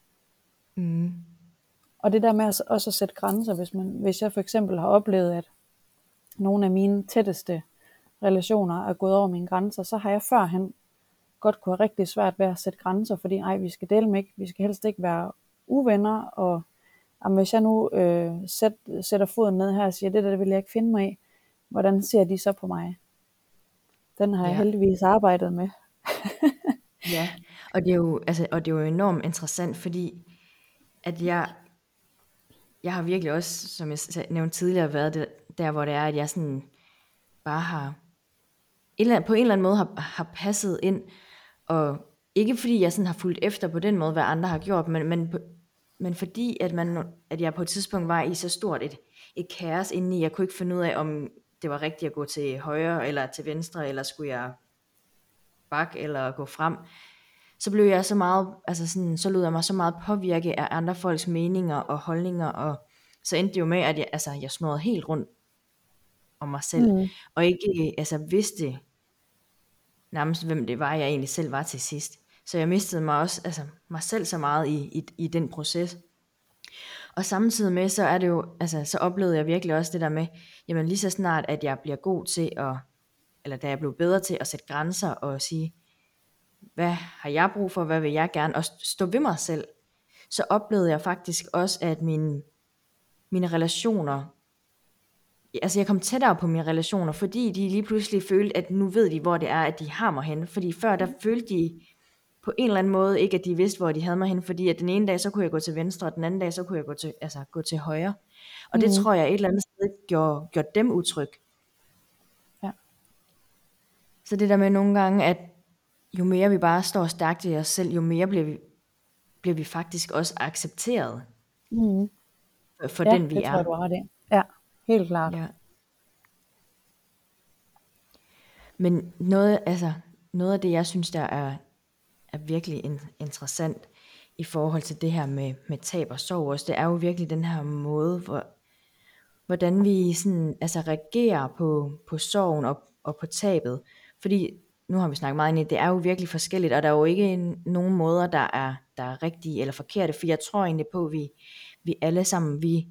Og det der med også at sætte grænser, hvis jeg for eksempel har oplevet, at nogle af mine tætteste relationer er gået over mine grænser, så har jeg førhen godt kunne have rigtig svært ved at sætte grænser, fordi vi skal dele med ikke, vi skal helst ikke være uvenner, og hvis jeg nu sætter foden ned her og siger, det der vil jeg ikke finde mig i, hvordan ser de så på mig? Den har jeg heldigvis arbejdet med. Ja, og det er jo enormt interessant, fordi at jeg har virkelig også, som jeg nævnte tidligere, været der, hvor det er, at jeg sådan bare har på en eller anden måde har passet ind, og ikke fordi jeg sådan har fulgt efter på den måde, hvad andre har gjort, men fordi at jeg på et tidspunkt var i så stort et kaos indeni, jeg kunne ikke finde ud af, om det var rigtigt at gå til højre eller til venstre, eller skulle jeg bakke eller gå frem. Så blev jeg så meget, så lod jeg mig så meget påvirke af andre folks meninger og holdninger, og så endte det jo med, at jeg snurrede helt rundt om mig selv, og ikke vidste nærmest, hvem det var, jeg egentlig selv var til sidst. Så jeg mistede mig også, mig selv så meget i den proces. Og samtidig med, så er det jo, så oplevede jeg virkelig også det der med, jamen lige så snart, at jeg bliver god til eller da jeg blev bedre til at sætte grænser og sige, hvad har jeg brug for, hvad vil jeg gerne, og stå ved mig selv, så oplevede jeg faktisk også, at mine relationer, jeg kom tættere på mine relationer, fordi de lige pludselig følte, at nu ved de, hvor det er, at de har mig hen. Fordi før, der følte de på en eller anden måde ikke, at de vidste, hvor de havde mig hen, fordi at den ene dag, så kunne jeg gå til venstre, og den anden dag, så kunne jeg gå til højre. Og det tror jeg et eller andet sted gjorde dem utryg. Ja. Så det der med nogle gange, at jo mere vi bare står stærkt i os selv, jo mere bliver vi faktisk også accepteret for den, vi er. Ja, det tror jeg, du har ret i. Ja, helt klart. Ja. Men noget af det, jeg synes, der er virkelig interessant i forhold til det her med tab og sorg også, det er jo virkelig den her måde, hvordan vi sådan, reagerer på sorgen og på tabet. Fordi nu har vi snakket meget ind i, det er jo virkelig forskelligt, og der er jo ikke nogen måder, der er rigtige eller forkerte, for jeg tror egentlig på, at vi alle sammen, vi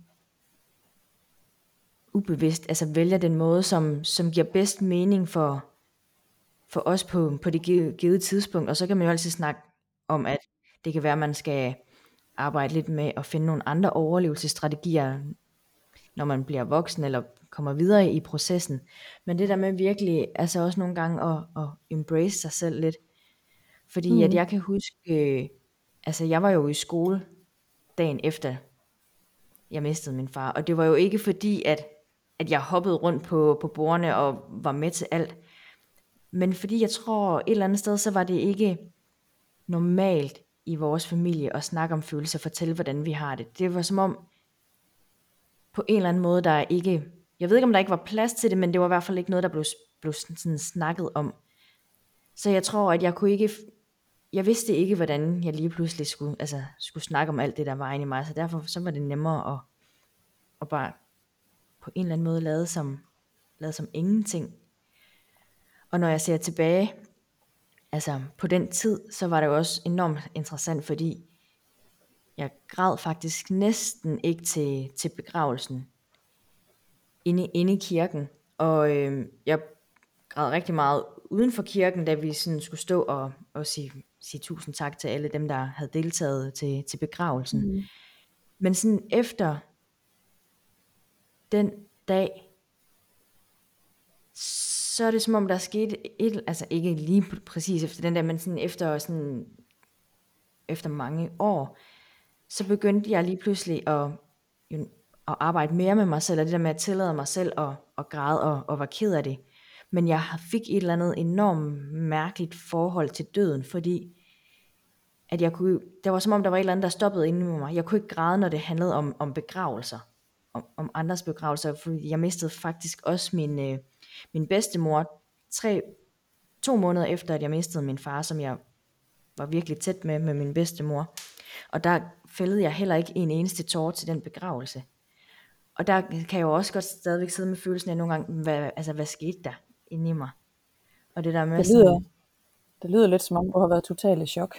ubevidst vælger den måde, som giver bedst mening for os på det givet tidspunkt, og så kan man jo altid snakke om, at det kan være, at man skal arbejde lidt med at finde nogle andre overlevelsesstrategier, når man bliver voksen eller kommer videre i processen. Men det der med virkelig, også nogle gange at embrace sig selv lidt. Fordi at jeg kan huske, jeg var jo i skole dagen efter, jeg mistede min far. Og det var jo ikke fordi, at jeg hoppede rundt på bordene og var med til alt. Men fordi jeg tror, et eller andet sted, så var det ikke normalt i vores familie at snakke om følelser, fortælle, hvordan vi har det. Det var som om, på en eller anden måde, der ikke, jeg ved ikke, om der ikke var plads til det, men det var i hvert fald ikke noget, der blev sådan snakket om. Så jeg tror, at jeg vidste ikke, hvordan jeg lige pludselig skulle snakke om alt det, der var inde i mig, så derfor så var det nemmere at bare på en eller anden måde lade som ingenting. Og når jeg ser tilbage, på den tid, så var det jo også enormt interessant, fordi jeg græd faktisk næsten ikke til begravelsen inde i kirken, og jeg græd rigtig meget uden for kirken, da vi sådan skulle stå og sige tusind tak til alle dem, der havde deltaget til begravelsen. Men sådan efter den dag, så er det som om der skete ikke lige præcis efter den der, men sådan efter mange år, så begyndte jeg lige pludselig at arbejde mere med mig selv, og det der med at tillade mig selv at græde og var ked af det. Men jeg fik et eller andet enormt mærkeligt forhold til døden, fordi at der var som om der var et eller andet, der stoppede inde i mig. Jeg kunne ikke græde, når det handlede om begravelser, om andres begravelser, fordi jeg mistede faktisk også min bedstemor 2 måneder efter, at jeg mistede min far, som jeg var virkelig tæt med min bedstemor. Og der fældede jeg heller ikke en eneste tårer til den begravelse. Og der kan jeg jo også godt stadigvæk sidde med følelsen af nogle gange, hvad skete der inde i mig? Og det der med Det lyder lidt som om, du har været totalt i chok.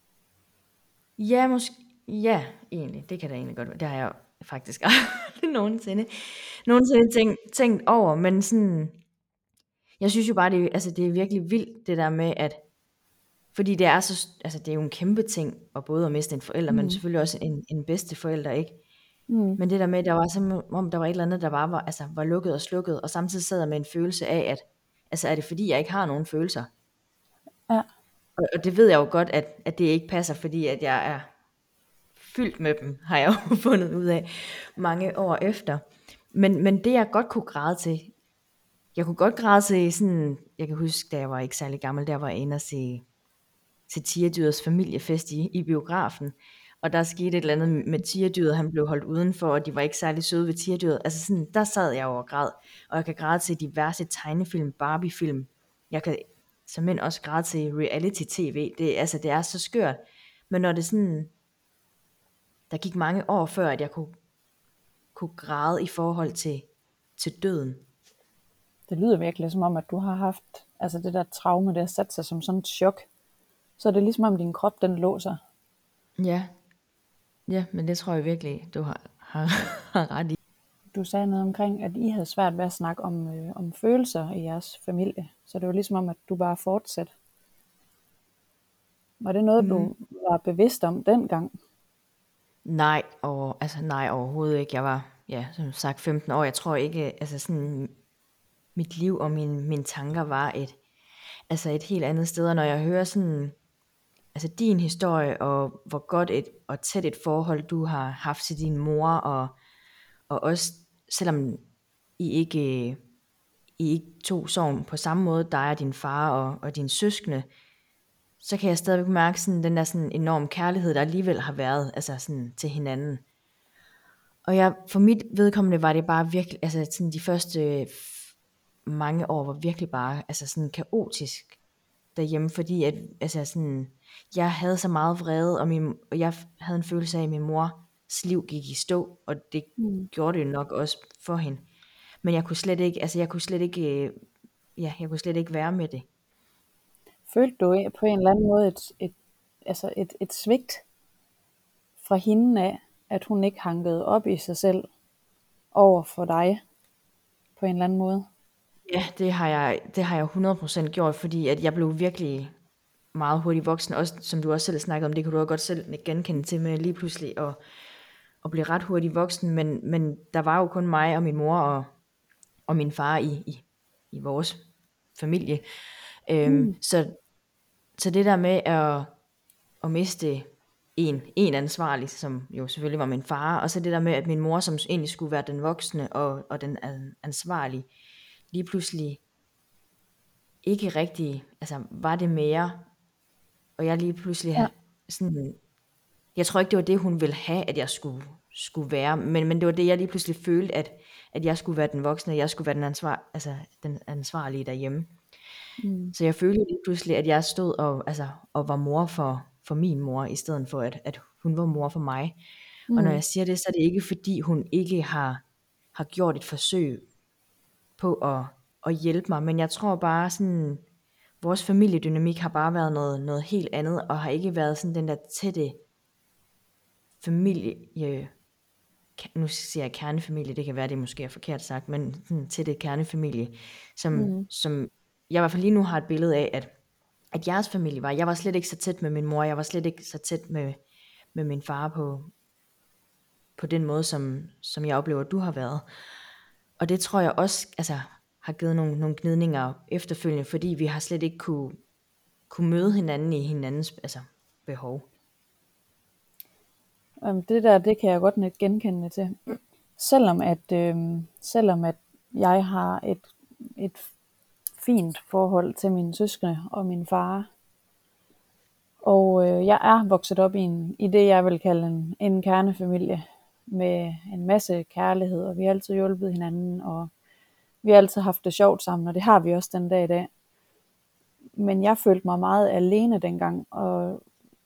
Ja, egentlig. Det kan da egentlig godt være. Det har jeg faktisk aldrig nogensinde tænkt over. Men sådan, jeg synes jo bare, det er virkelig vildt, det der med, at fordi det er det er jo en kæmpe ting, at både at miste en forælder, men selvfølgelig også en bedste forælder, ikke? Men det der med, der var som om der var et eller andet, der var lukket og slukket, og samtidig sad jeg med en følelse af, at er det fordi, jeg ikke har nogen følelser? Ja. Og det ved jeg jo godt, at det ikke passer, fordi at jeg er fyldt med dem, har jeg jo fundet ud af mange år efter. Men det jeg godt kunne græde til, jeg kunne godt græde til sådan, jeg kan huske, da jeg var ikke særlig gammel, der var jeg inde og se til Tierdyrets familiefest i biografen, og der skete et eller andet med Tierdyret, han blev holdt udenfor, og de var ikke særlig søde ved Tierdyret, sådan, der sad jeg over og græd, og jeg kan græde til diverse tegnefilm, Barbie-film, jeg kan simpelthen også græde til reality-tv, det er så skørt, men når det sådan, der gik mange år før, at jeg kunne græde i forhold til døden. Det lyder virkelig som om, at du har haft det der traume, det har sat sig som sådan et chok. Så er det ligesom om din krop, den låser. Ja, men det tror jeg virkelig, du har ret i. Du sagde noget omkring, at I havde svært ved at snakke om følelser i jeres familie. Så det var ligesom om, at du bare fortsatte. Var det noget, du var bevidst om dengang? Nej, overhovedet ikke. Jeg var, som sagt 15 år. Jeg tror ikke, sådan mit liv og mine tanker var et helt andet sted. Og når jeg hører sådan, din historie, og hvor godt og tæt et forhold du har haft til din mor, og også selvom I ikke tog sorgen på samme måde, dig og din far og dine søskende, så kan jeg stadigvæk mærke sådan, den der sådan enorm kærlighed, der alligevel har været sådan, til hinanden. Og for mit vedkommende var det bare virkelig, sådan de første mange år var virkelig bare altså sådan kaotisk derhjemme, fordi at, altså sådan, jeg havde så meget vrede, og jeg havde en følelse af, at min mors liv gik i stå, og det Mm. gjorde det nok også for hende. Men jeg kunne slet ikke, jeg kunne slet ikke være med det. Følte du på en eller anden måde et svigt fra hende af, at hun ikke hankede op i sig selv over for dig på en eller anden måde? Ja, det har jeg 100% gjort, fordi at jeg blev virkelig meget hurtigt voksen, også som du også selv snakkede om, det kan du også godt selv genkende til med lige pludselig at blive ret hurtigt voksen, men der var jo kun mig og min mor og min far i vores familie. Mm. Så det der med at miste en ansvarlig, som jo selvfølgelig var min far, og så det der med, at min mor, som egentlig skulle være den voksne og den ansvarlige, lige pludselig ikke rigtig, altså var det mere, og jeg lige pludselig Ja. sådan, jeg tror ikke, det var det, hun ville have, at jeg skulle være, men det var det, jeg lige pludselig følte, at jeg skulle være den voksne, at jeg skulle være den ansvarlige derhjemme. Mm. Så jeg følte lige pludselig, at jeg stod og var mor for min mor, i stedet for, at hun var mor for mig. Og når Mm. jeg siger det, så er det ikke, fordi hun ikke har gjort et forsøg på at hjælpe mig, men jeg tror bare sådan, vores familiedynamik har bare været noget helt andet, og har ikke været sådan den der tætte familie, nu siger jeg kernefamilie, det kan være, det måske er forkert sagt, men sådan tætte kernefamilie, Mm. som jeg i hvert fald lige nu har et billede af, at jeres familie var. Jeg var slet ikke så tæt med min mor, jeg var slet ikke så tæt med min far på den måde, som jeg oplever, at du har været. Og det tror jeg også har givet nogle gnidninger efterfølgende, fordi vi har slet ikke kunne møde hinanden i hinandens behov. Det der, det kan jeg godt net genkende til. Selvom at jeg har et fint forhold til mine søskende og min far, og jeg er vokset op i det, jeg vil kalde en kernefamilie, med en masse kærlighed, og vi har altid hjulpet hinanden, og vi har altid haft det sjovt sammen, og det har vi også den dag i dag. Men jeg følte mig meget alene dengang, og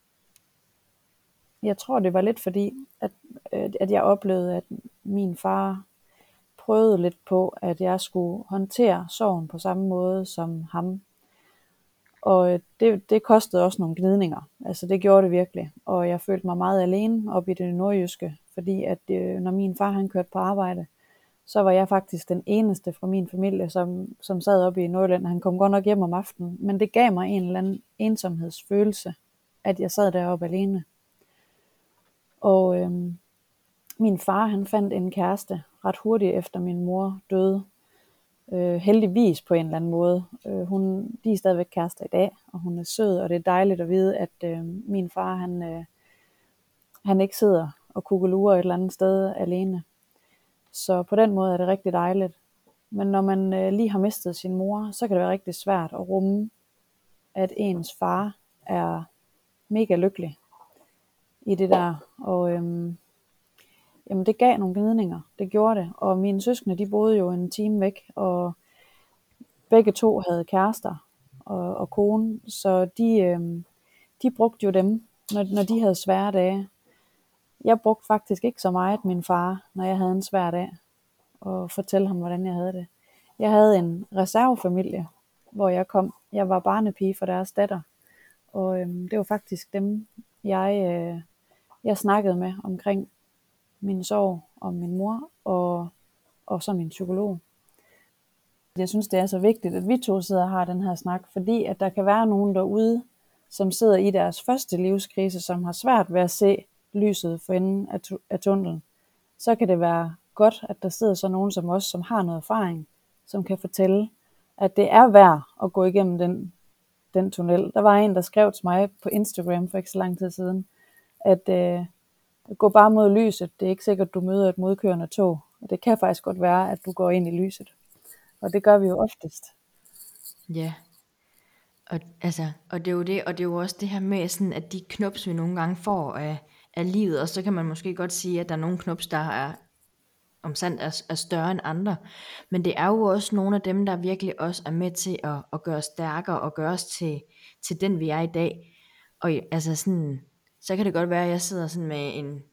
jeg tror, det var lidt fordi, at jeg oplevede, at min far prøvede lidt på, at jeg skulle håndtere sorgen på samme måde som ham. Og det kostede også nogle gnidninger. Altså det gjorde det virkelig. Og jeg følte mig meget alene op i det nordjyske, fordi at når min far han kørte på arbejde, så var jeg faktisk den eneste fra min familie, som sad oppe i Nordjylland. Han kom godt nok hjem om aftenen, men det gav mig en eller anden ensomhedsfølelse, at jeg sad deroppe alene. Og min far han fandt en kæreste ret hurtigt efter min mor døde. Heldigvis på en eller anden måde. De er stadigvæk kærester i dag, og hun er sød, og det er dejligt at vide, at min far han ikke sidder og kukkelurer et eller andet sted alene. Så på den måde er det rigtig dejligt. Men når man lige har mistet sin mor, så kan det være rigtig svært at rumme, at ens far er mega lykkelig i det der. Og jamen det gav nogle gnidninger, det gjorde det. Og mine søskende, de boede jo en time væk, og begge to havde kærester og kone, så de brugte jo dem, når de havde svære dage. Jeg brugte faktisk ikke så meget min far, når jeg havde en svær dag, og fortælle ham, hvordan jeg havde det. Jeg havde en reservefamilie, hvor jeg kom. Jeg var barnepige for deres datter, og det var faktisk dem, jeg snakkede med omkring min sorg om min mor, og så min psykolog. Jeg synes, det er så vigtigt, at vi to sidder og har den her snak, fordi at der kan være nogen derude, som sidder i deres første livskrise, som har svært ved at se lyset for enden af tunnelen. Så kan det være godt, at der sidder så nogen som os, som har noget erfaring, som kan fortælle, at det er værd at gå igennem den tunnel. Der var en, der skrev til mig på Instagram for ikke så lang tid siden, at gå bare mod lyset. Det er ikke sikkert, at du møder et modkørende tog. Og det kan faktisk godt være, at du går ind i lyset. Og det gør vi jo oftest. Ja, og det er jo det, og det er jo også det her med, sådan, at de knups, vi nogle gange får af livet, og så kan man måske godt sige, at der er nogle knups, der er om sandt er større end andre. Men det er jo også nogle af dem, der virkelig også er med til at gøre os stærkere og gøre os til den, vi er i dag. Og altså sådan, så kan det godt være, at jeg sidder sådan med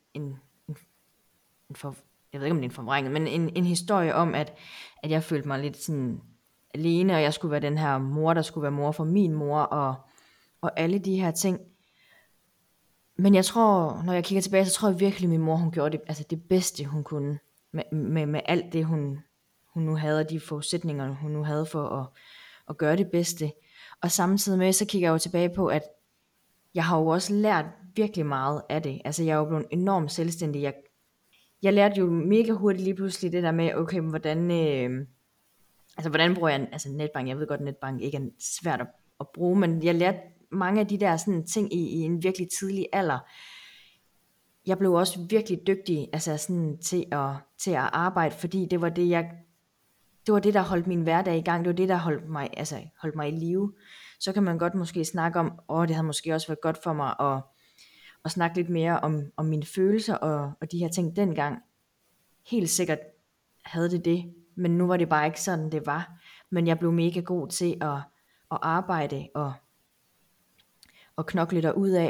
en jeg ved ikke om det er en forvrænget, men en historie om, at jeg følte mig lidt sådan alene, og jeg skulle være den her mor, der skulle være mor for min mor, og alle de her ting. Men jeg tror, når jeg kigger tilbage, så tror jeg virkelig, at min mor, hun gjorde det, altså det bedste, hun kunne, med alt det, hun nu havde, og de forudsætninger, hun nu havde for at gøre det bedste. Og samtidig med, så kigger jeg jo tilbage på, at jeg har jo også lært virkelig meget af det. Altså jeg er jo blevet enormt selvstændig. Jeg lærte jo mega hurtigt lige pludselig det der med, okay, hvordan bruger jeg netbank? Jeg ved godt, at netbank ikke er svært at bruge, men jeg lærte mange af de der sådan ting i en virkelig tidlig alder. Jeg blev også virkelig dygtig til at arbejde, fordi det var det, der holdt min hverdag i gang. Det var det, der holdt mig i live. Så kan man godt måske snakke om, det havde måske også været godt for mig at snakke lidt mere om mine følelser og de her ting dengang. Helt sikkert havde det, men nu var det bare ikke sådan, det var. Men jeg blev mega god til at arbejde og knokle derudad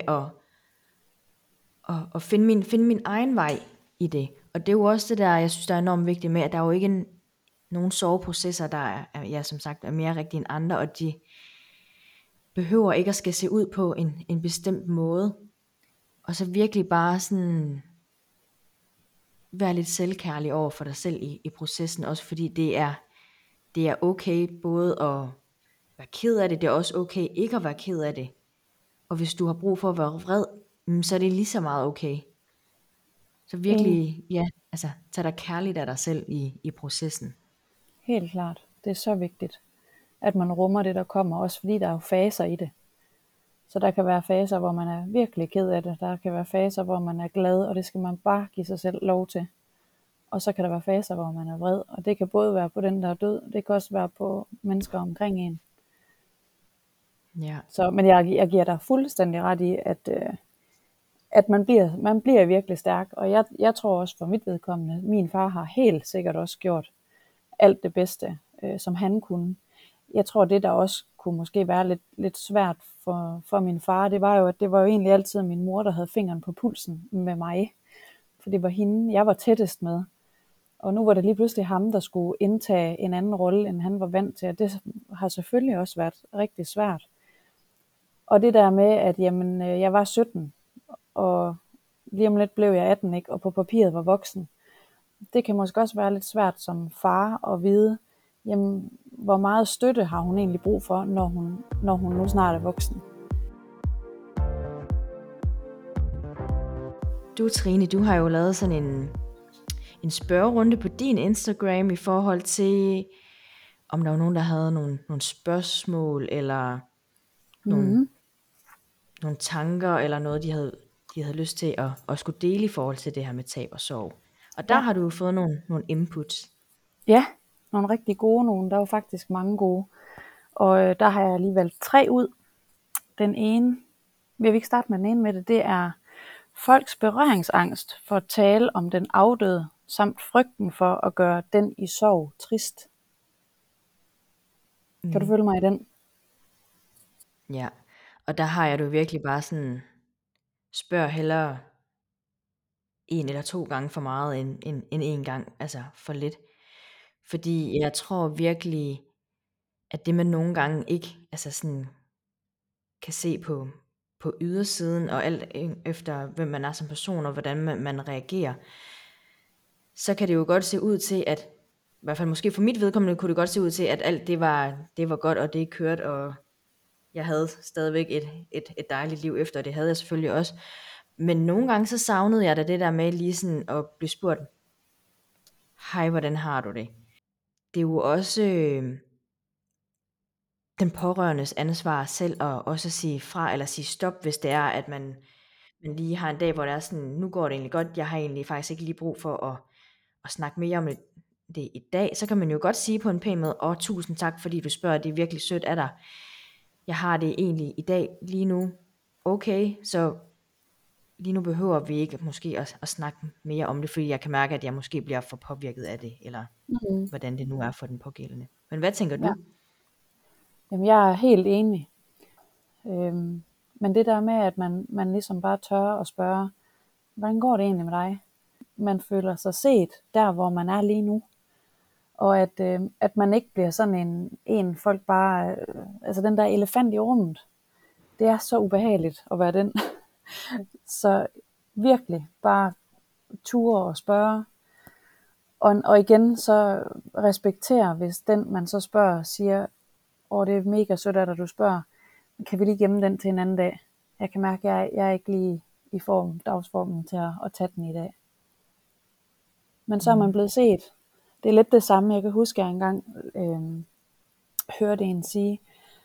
og finde min egen vej i det. Og det er jo også det der, jeg synes, der er enormt vigtigt med, at der er jo ikke nogen soveprocesser, der som sagt er mere rigtige end andre, og de behøver ikke at skal se ud på en bestemt måde. Og så virkelig bare sådan være lidt selvkærlig over for dig selv i processen, også fordi det er okay både at være ked af det, det er også okay ikke at være ked af det. Og hvis du har brug for at være vred, så er det lige så meget okay. Så virkelig, tag dig kærligt af dig selv i processen. Helt klart. Det er så vigtigt, at man rummer det, der kommer, også fordi der er jo faser i det. Så der kan være faser, hvor man er virkelig ked af det. Der kan være faser, hvor man er glad, og det skal man bare give sig selv lov til. Og så kan der være faser, hvor man er vred, og det kan både være på den, der er død, det kan også være på mennesker omkring en. Ja. Så, men jeg giver dig fuldstændig ret i, at man bliver virkelig stærk. Og jeg tror også for mit vedkommende, min far har helt sikkert også gjort alt det bedste, som han kunne. Jeg tror, det der også kunne måske være lidt svært for min far, det var jo, at det var jo egentlig altid min mor, der havde fingeren på pulsen med mig. For det var hende, jeg var tættest med. Og nu var det lige pludselig ham, der skulle indtage en anden rolle, end han var vant til. Og det har selvfølgelig også været rigtig svært. Og det der med, at jeg var 17, og lige om lidt blev jeg 18, ikke? Og på papiret var voksen. Det kan måske også være lidt svært som far at vide, hvor meget støtte har hun egentlig brug for, når hun nu snart er voksen. Du, Trine, du har jo lavet sådan en spørgerunde på din Instagram i forhold til, om der var nogen, der havde nogle spørgsmål, eller nogle tanker, eller noget, de havde lyst til at skulle dele i forhold til det her med tab og sorg. Og der har du fået nogle inputs. Ja, nogle rigtig gode nogle. Der er jo faktisk mange gode. Og der har jeg lige valgt 3 ud. Den ene, vil vi ikke starte med den ene med det, det er folks berøringsangst for at tale om den afdøde, samt frygten for at gøre den i sorg trist. Kan du følge mig i den? Ja, og der har jeg du virkelig bare sådan, spørg hellere 1 eller 2 gange for meget, end 1 gang, altså for lidt. Fordi jeg tror virkelig, at det man nogle gange ikke sådan kan se på ydersiden, og alt efter hvem man er som person, og hvordan man reagerer, så kan det jo godt se ud til, at i hvert fald måske for mit vedkommende, kunne det godt se ud til, at alt det var godt, og det kørte, og jeg havde stadigvæk et dejligt liv efter, og det havde jeg selvfølgelig også. Men nogle gange så savnede jeg da det der med lige sådan at blive spurgt, hej, hvordan har du det? Det er jo også den pårørendes ansvar selv at også sige fra, eller sige stop, hvis det er, at man lige har en dag, hvor det er sådan, nu går det egentlig godt, jeg har egentlig faktisk ikke lige brug for at snakke mere om det i dag. Så kan man jo godt sige på en pæn måde, tusind tak, fordi du spørger, det er virkelig sødt af dig. Jeg har det egentlig i dag lige nu okay, så lige nu behøver vi ikke måske at snakke mere om det, fordi jeg kan mærke, at jeg måske bliver for påvirket af det, eller Mm. hvordan det nu er for den pågældende. Men hvad tænker Ja. du? Jamen, jeg er helt enig. Men det der med, at man ligesom bare tør at spørge, hvordan går det egentlig med dig? Man føler sig set der, hvor man er lige nu. Og at man ikke bliver sådan en folk bare, altså den der elefant i rummet, det er så ubehageligt at være den. Så virkelig bare ture og spørge. Og igen så respektere, hvis den man så spørger siger, det er mega sødt at du spørger, kan vi lige gemme den til en anden dag? Jeg kan mærke, at jeg er ikke lige i dagsformen til at tage den i dag. Men så er man blevet set. Det er lidt det samme. Jeg kan huske, at jeg engang hørte en sige,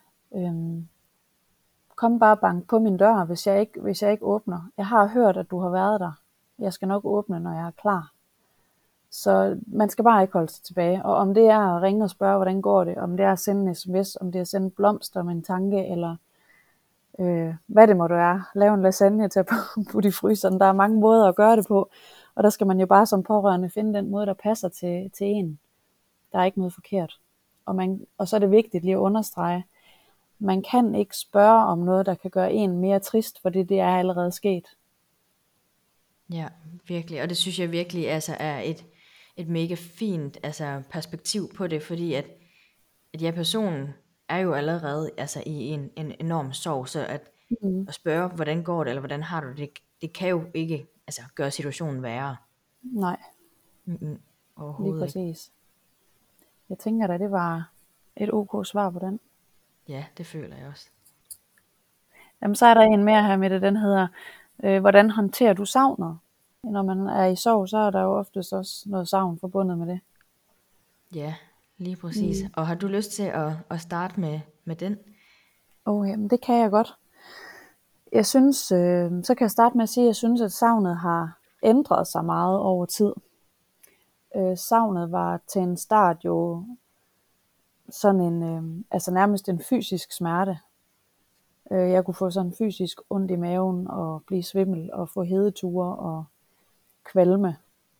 kom bare bank på min dør, hvis jeg ikke åbner. Jeg har hørt, at du har været der. Jeg skal nok åbne, når jeg er klar. Så man skal bare ikke holde sig tilbage. Og om det er at ringe og spørge, hvordan går det, om det er at sende en sms, om det er at sende blomster med en tanke, eller hvad det må du er. Lave en lasagne til at putte i fryseren. Der er mange måder at gøre det på. Og der skal man jo bare som pårørende finde den måde, der passer til en. Der er ikke noget forkert. Og så er det vigtigt lige at understrege, man kan ikke spørge om noget, der kan gøre en mere trist, fordi det er allerede sket. Ja, virkelig. Og det synes jeg virkelig altså er et mega fint perspektiv på det, fordi at jeg personen er jo allerede altså i en enorm sorg, så at spørge, hvordan går det, eller hvordan har du det, det kan jo ikke gøre situationen værre. Nej, lige Overhovedet ikke. præcis. Jeg tænker da, det var et ok svar på den. Ja, det føler jeg også. Jamen, så er der en mere her med det, den hedder, hvordan håndterer du savnet? Når man er i sorg, så er der jo oftest også noget savn forbundet med det. Ja, lige præcis. Og har du lyst til at starte med den? Jamen, det kan jeg godt. Jeg synes, så kan jeg starte med at sige, at jeg synes, at savnet har ændret sig meget over tid. Savnet var til en start jo sådan en, nærmest en fysisk smerte. Jeg kunne få sådan fysisk ondt i maven og blive svimmel og få hedeture og kvalme.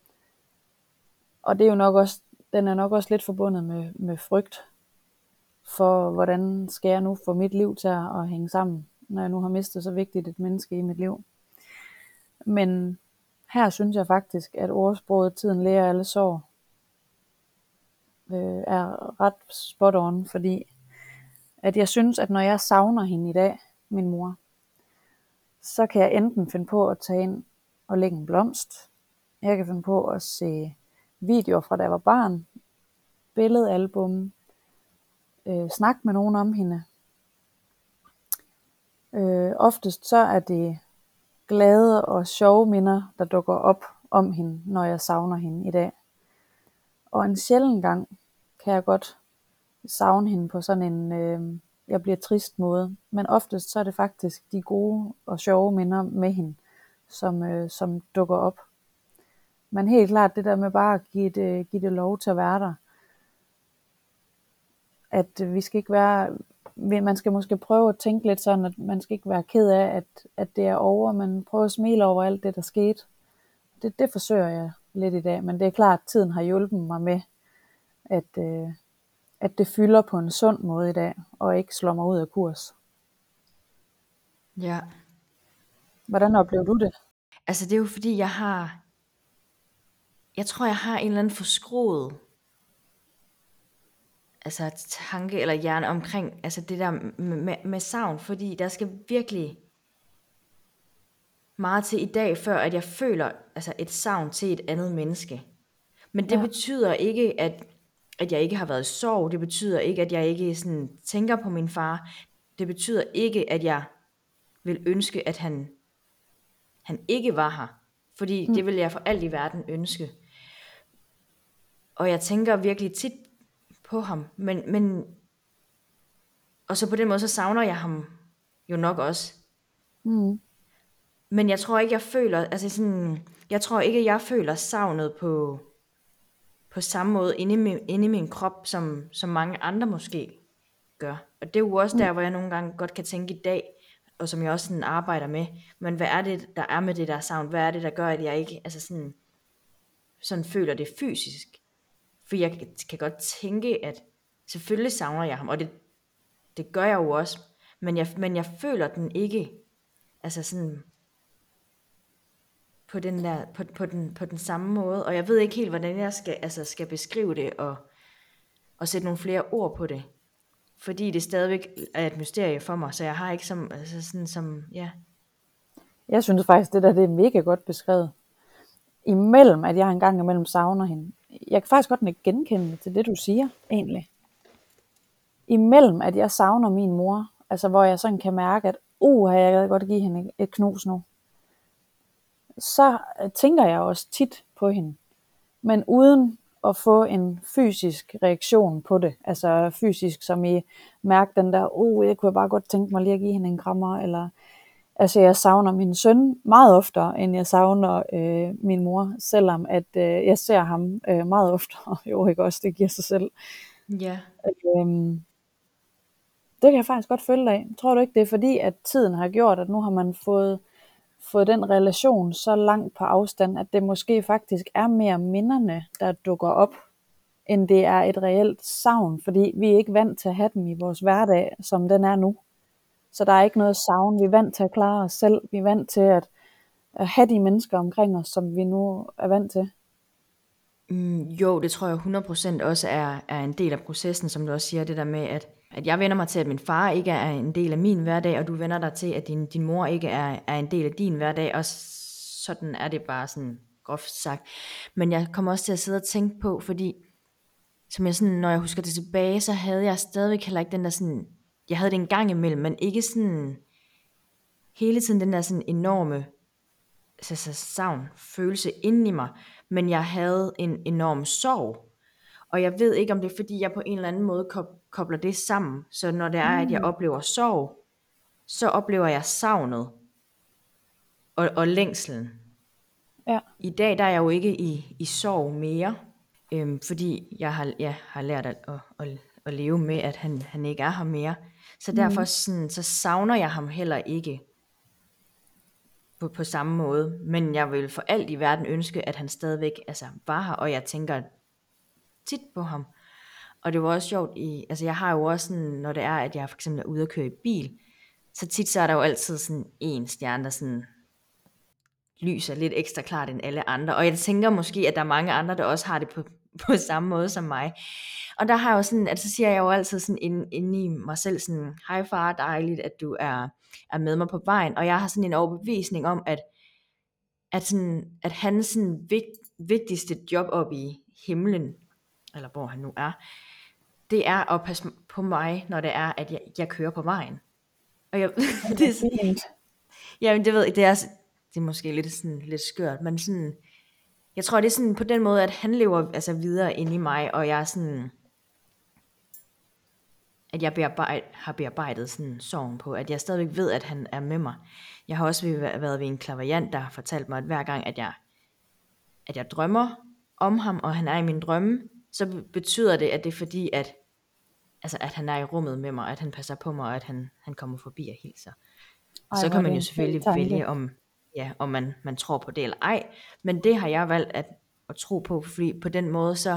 Og det er jo nok også, den er nok også lidt forbundet med frygt for, hvordan skal jeg nu få mit liv til at hænge sammen, når jeg nu har mistet så vigtigt et menneske i mit liv. Men her synes jeg faktisk, at ordsproget tiden lærer alle sår er ret spot on, fordi at jeg synes, at når jeg savner hende i dag, min mor, så kan jeg enten finde på at tage ind og lægge en blomst. Jeg kan finde på at se videoer fra da jeg var barn, billedalbum, snakke med nogen om hende. Oftest så er det glade og sjove minder, der dukker op om hende, når jeg savner hende i dag. Og en sjælden gang kan jeg godt savne hende på sådan en, jeg bliver trist måde. Men oftest så er det faktisk de gode og sjove minder med hende, som dukker op. Men helt klart det der med bare at give det lov til at være der. At vi skal ikke være, man skal måske prøve at tænke lidt sådan, at man skal ikke være ked af, at det er over, men prøve at smile over alt det, der skete. Det forsøger jeg lidt i dag, men det er klart, at tiden har hjulpet mig med, at det fylder på en sund måde i dag, og ikke slår mig ud af kurs. Ja. Hvordan oplever du det? Altså det er jo fordi, jeg tror, jeg har en eller anden forskruet tanke eller hjerne omkring det der med savn, fordi der skal virkelig meget til i dag, før at jeg føler et savn til et andet menneske. Men det betyder ikke, at jeg ikke har været i sorg. Det betyder ikke, at jeg ikke sådan tænker på min far. Det betyder ikke, at jeg vil ønske, at han ikke var her. Fordi det vil jeg for alt i verden ønske. Og jeg tænker virkelig tit på ham. Men og så på den måde, så savner jeg ham jo nok også. Men jeg tror ikke, jeg føler, jeg føler savnet på samme måde inde i min krop, som mange andre måske gør. Og det er jo også der, hvor jeg nogle gange godt kan tænke i dag, og som jeg også sådan arbejder med, men hvad er det, der er med det der savn? Hvad er det, der gør, at jeg ikke altså sådan føler det fysisk? For jeg kan godt tænke, at selvfølgelig savner jeg ham, og det gør jeg jo også, men jeg føler den ikke, altså sådan på den der, på den samme måde, og jeg ved ikke helt, hvordan jeg skal beskrive det, og sætte nogle flere ord på det, fordi det stadigvæk er et mysterie for mig, så jeg har ikke ja. Jeg synes faktisk, det er mega godt beskrevet. Imellem, at jeg engang imellem savner hende. Jeg kan faktisk godt ikke genkende til det, du siger, egentlig. Imellem, at jeg savner min mor, altså hvor jeg sådan kan mærke, at jeg kan godt give hende et knus nu. Så tænker jeg også tit på hende, men uden at få en fysisk reaktion på det. Altså fysisk, som I mærke den der, jeg kunne bare godt tænke mig lige at give hende en krammer, eller altså jeg savner min søn meget oftere, end jeg savner min mor, selvom at jeg ser ham meget oftere. Jo, ikke også, det giver sig selv. Ja. Det kan jeg faktisk godt følge dig af. Tror du ikke, det er fordi, at tiden har gjort, at nu har man fået den relation så langt på afstand, at det måske faktisk er mere minderne, der dukker op, end det er et reelt savn, fordi vi er ikke vant til at have dem i vores hverdag, som den er nu. Så der er ikke noget savn. Vi er vant til at klare os selv. Vi er vant til at have de mennesker omkring os, som vi nu er vant til. Jo, det tror jeg 100% også er en del af processen, som du også siger, det der med, at jeg vender mig til, at min far ikke er en del af min hverdag, og du vender dig til, at din mor ikke er en del af din hverdag, og sådan er det bare sådan groft sagt. Men jeg kommer også til at sidde og tænke på, fordi som jeg sådan, når jeg husker det tilbage, så havde jeg stadigvæk heller ikke den der sådan, jeg havde det en gang imellem, men ikke sådan hele tiden den der sådan enorme savn, følelse inde i mig, men jeg havde en enorm sorg, og jeg ved ikke, om det er fordi, jeg på en eller anden måde kobler det sammen, så når det er, at jeg oplever sorg, så oplever jeg savnet, og længslen. Ja. I dag, der er jeg jo ikke i sorg mere, fordi jeg har lært at leve med, at han ikke er her mere, så derfor så savner jeg ham heller ikke, på samme måde, men jeg vil for alt i verden ønske, at han stadigvæk var her, og jeg tænker tit på ham. Og det var også sjovt, jeg har jo også sådan, når det er, at jeg for eksempel er ude at køre i bil, så tit så er der jo altid sådan en stjerne, der sådan lyser lidt ekstra klart end alle andre, og jeg tænker måske, at der er mange andre, der også har det på samme måde som mig. Og der har jeg jo sådan, at så siger jeg jo altid sådan inde i mig selv sådan, hej far, dejligt, at du er med mig på vejen, og jeg har sådan en overbevisning om, at hans sådan vigtigste job op i himlen, eller hvor han nu er, det er at passe på mig, når det er, at jeg kører på vejen. Og jeg, det er fint. Jamen det ved jeg, det er måske lidt skørt, men sådan, jeg tror det er sådan på den måde, at han lever videre inde i mig, og jeg er sådan, at jeg har bearbejdet sådan sorgen på, at jeg stadigvæk ved, at han er med mig. Jeg har også været ved en clairvoyant, der har fortalt mig, at hver gang, at jeg drømmer om ham, og han er i min drømme, så betyder det, at det er fordi, at han er i rummet med mig, at han passer på mig, og at han kommer forbi og hilser. Så kan man jo selvfølgelig vælge, om man tror på det eller ej, men det har jeg valgt at tro på, fordi på den måde, så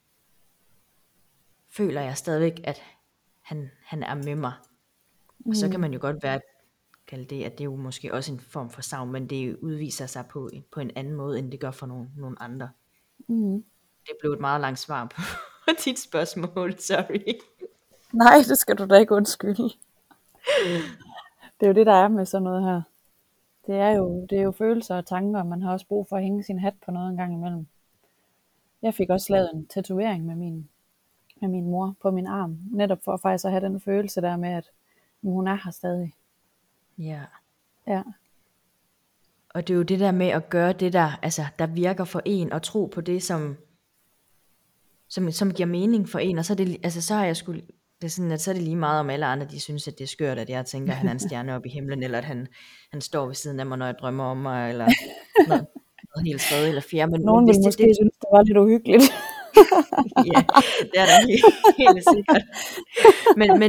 føler jeg stadigvæk, at han er med mig. Og så kan man jo godt kalde det, at det er jo måske også en form for savn, men det udviser sig på en anden måde, end det gør for nogle andre. Det blev et meget langt svar på dit spørgsmål, sorry. Nej, det skal du da ikke undskylde. Det er jo det, der er med sådan noget her. Det er jo følelser og tanker, og man har også brug for at hænge sin hat på noget en gang imellem. Jeg fik også lavet en tatovering med min mor på min arm, netop for at faktisk at have den følelse der med, at hun er her stadig. Ja. Ja. Og det er jo det der med at gøre det der virker for en, og tro på det, som giver mening for en, og så er det, så har jeg skulle, det er sådan, at så er det lige meget om alle andre, de synes, at det er skørt, at jeg tænker, at han er en stjerne oppe i himlen, eller at han står ved siden af mig, når jeg drømmer om mig, eller noget helt tredje eller fjerde. Men nogen ville måske synes, det var lidt uhyggeligt. Ja, det er da helt sikkert.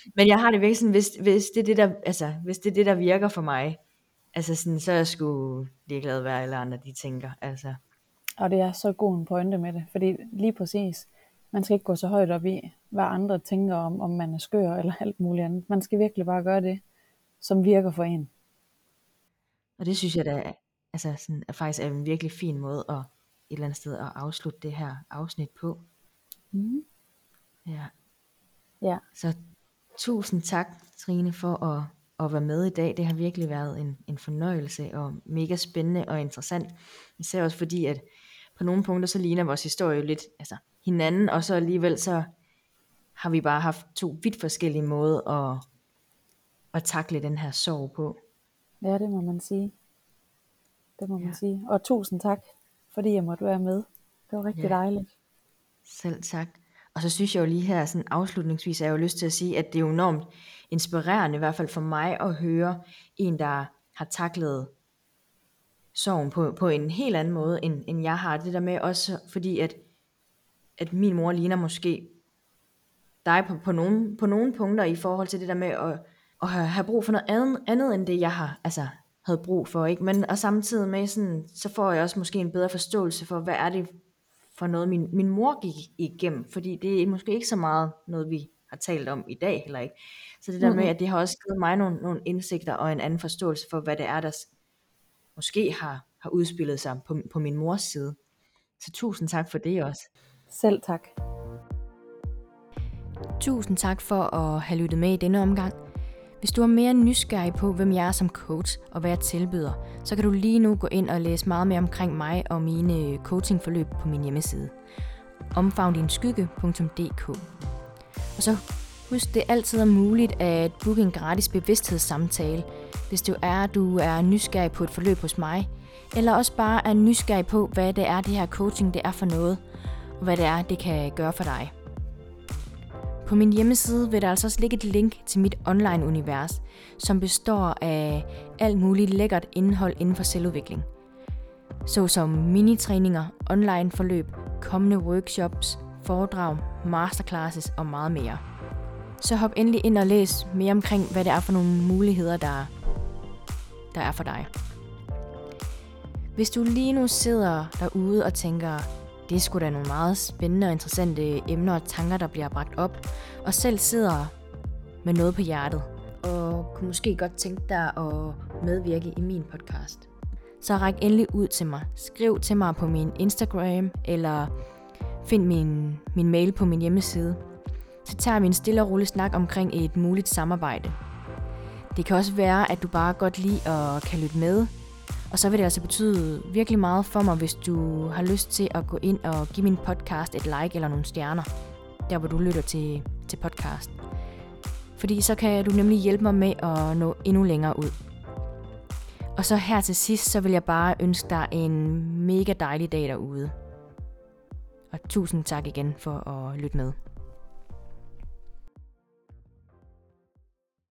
Men jeg har det virkelig sådan, hvis det er det, der, altså, hvis det er det, der virker for mig, altså sådan, så er jeg sgu ligeglad, hvad alle andre de tænker. Altså. Og det er så god en pointe med det, fordi lige præcis, man skal ikke gå så højt op i, hvad andre tænker om man er skør eller alt muligt andet. Man skal virkelig bare gøre det, som virker for en. Og det synes jeg da, altså sådan, er faktisk en virkelig fin måde at et eller andet sted at afslutte det her afsnit på. Mm. Ja. Ja, Så tusind tak, Trine, for at være med i dag. Det har virkelig været en fornøjelse og mega spændende og interessant. Især også fordi, at på nogle punkter så ligner vores historie jo lidt hinanden, og så alligevel så har vi bare haft 2 vidt forskellige måder at takle den her sorg på. ja, det må man sige. Det må man sige. Og tusind tak, fordi jeg måtte være med. Det var rigtig dejligt. Selv tak. Og så synes jeg jo lige her sådan afslutningsvis, at jeg jo lyst til at sige, at det er jo enormt inspirerende, i hvert fald for mig, at høre en, der har taklet sorgen på en helt anden måde, end jeg har. Det der med også, fordi at min mor ligner måske dig på nogle punkter i forhold til det der med at have brug for noget andet end det, jeg havde brug for. Ikke? Men og samtidig med sådan, så får jeg også måske en bedre forståelse for, hvad er det for noget, min mor gik igennem. Fordi det er måske ikke så meget noget, vi har talt om i dag heller ikke. Så det der med, at det har også givet mig nogle indsigter og en anden forståelse for, hvad det er, der måske har udspillet sig på min mors side. Så tusind tak for det også. Selv tak. Tusind tak for at have lyttet med i denne omgang. Hvis du er mere nysgerrig på, hvem jeg er som coach og hvad jeg tilbyder, så kan du lige nu gå ind og læse meget mere omkring mig og mine coachingforløb på min hjemmeside. omfavndinskygge.dk. Og så husk, det altid er muligt at booke en gratis bevidsthedssamtale, hvis du er nysgerrig på et forløb hos mig, eller også bare er nysgerrig på, hvad det er, det her coaching det er for noget, og hvad det er, det kan gøre for dig. På min hjemmeside vil der altså også ligge et link til mit online-univers, som består af alt muligt lækkert indhold inden for selvudvikling. Såsom minitræninger, online-forløb, kommende workshops, foredrag, masterclasses og meget mere. Så hop endelig ind og læs mere omkring, hvad det er for nogle muligheder, der er for dig. Hvis du lige nu sidder derude og tænker, det er sgu da nogle meget spændende og interessante emner og tanker, der bliver bragt op, og selv sidder med noget på hjertet, og kunne måske godt tænke dig at medvirke i min podcast, så ræk endelig ud til mig. Skriv til mig på min Instagram, eller find min mail på min hjemmeside. Så tager vi en stille og rolig snak omkring et muligt samarbejde. Det kan også være, at du bare godt lide og kan lytte med, og så vil det altså betyde virkelig meget for mig, hvis du har lyst til at gå ind og give min podcast et like eller nogle stjerner, der hvor du lytter til podcast. Fordi så kan du nemlig hjælpe mig med at nå endnu længere ud. Og så her til sidst, så vil jeg bare ønske dig en mega dejlig dag derude. Og tusind tak igen for at lytte med.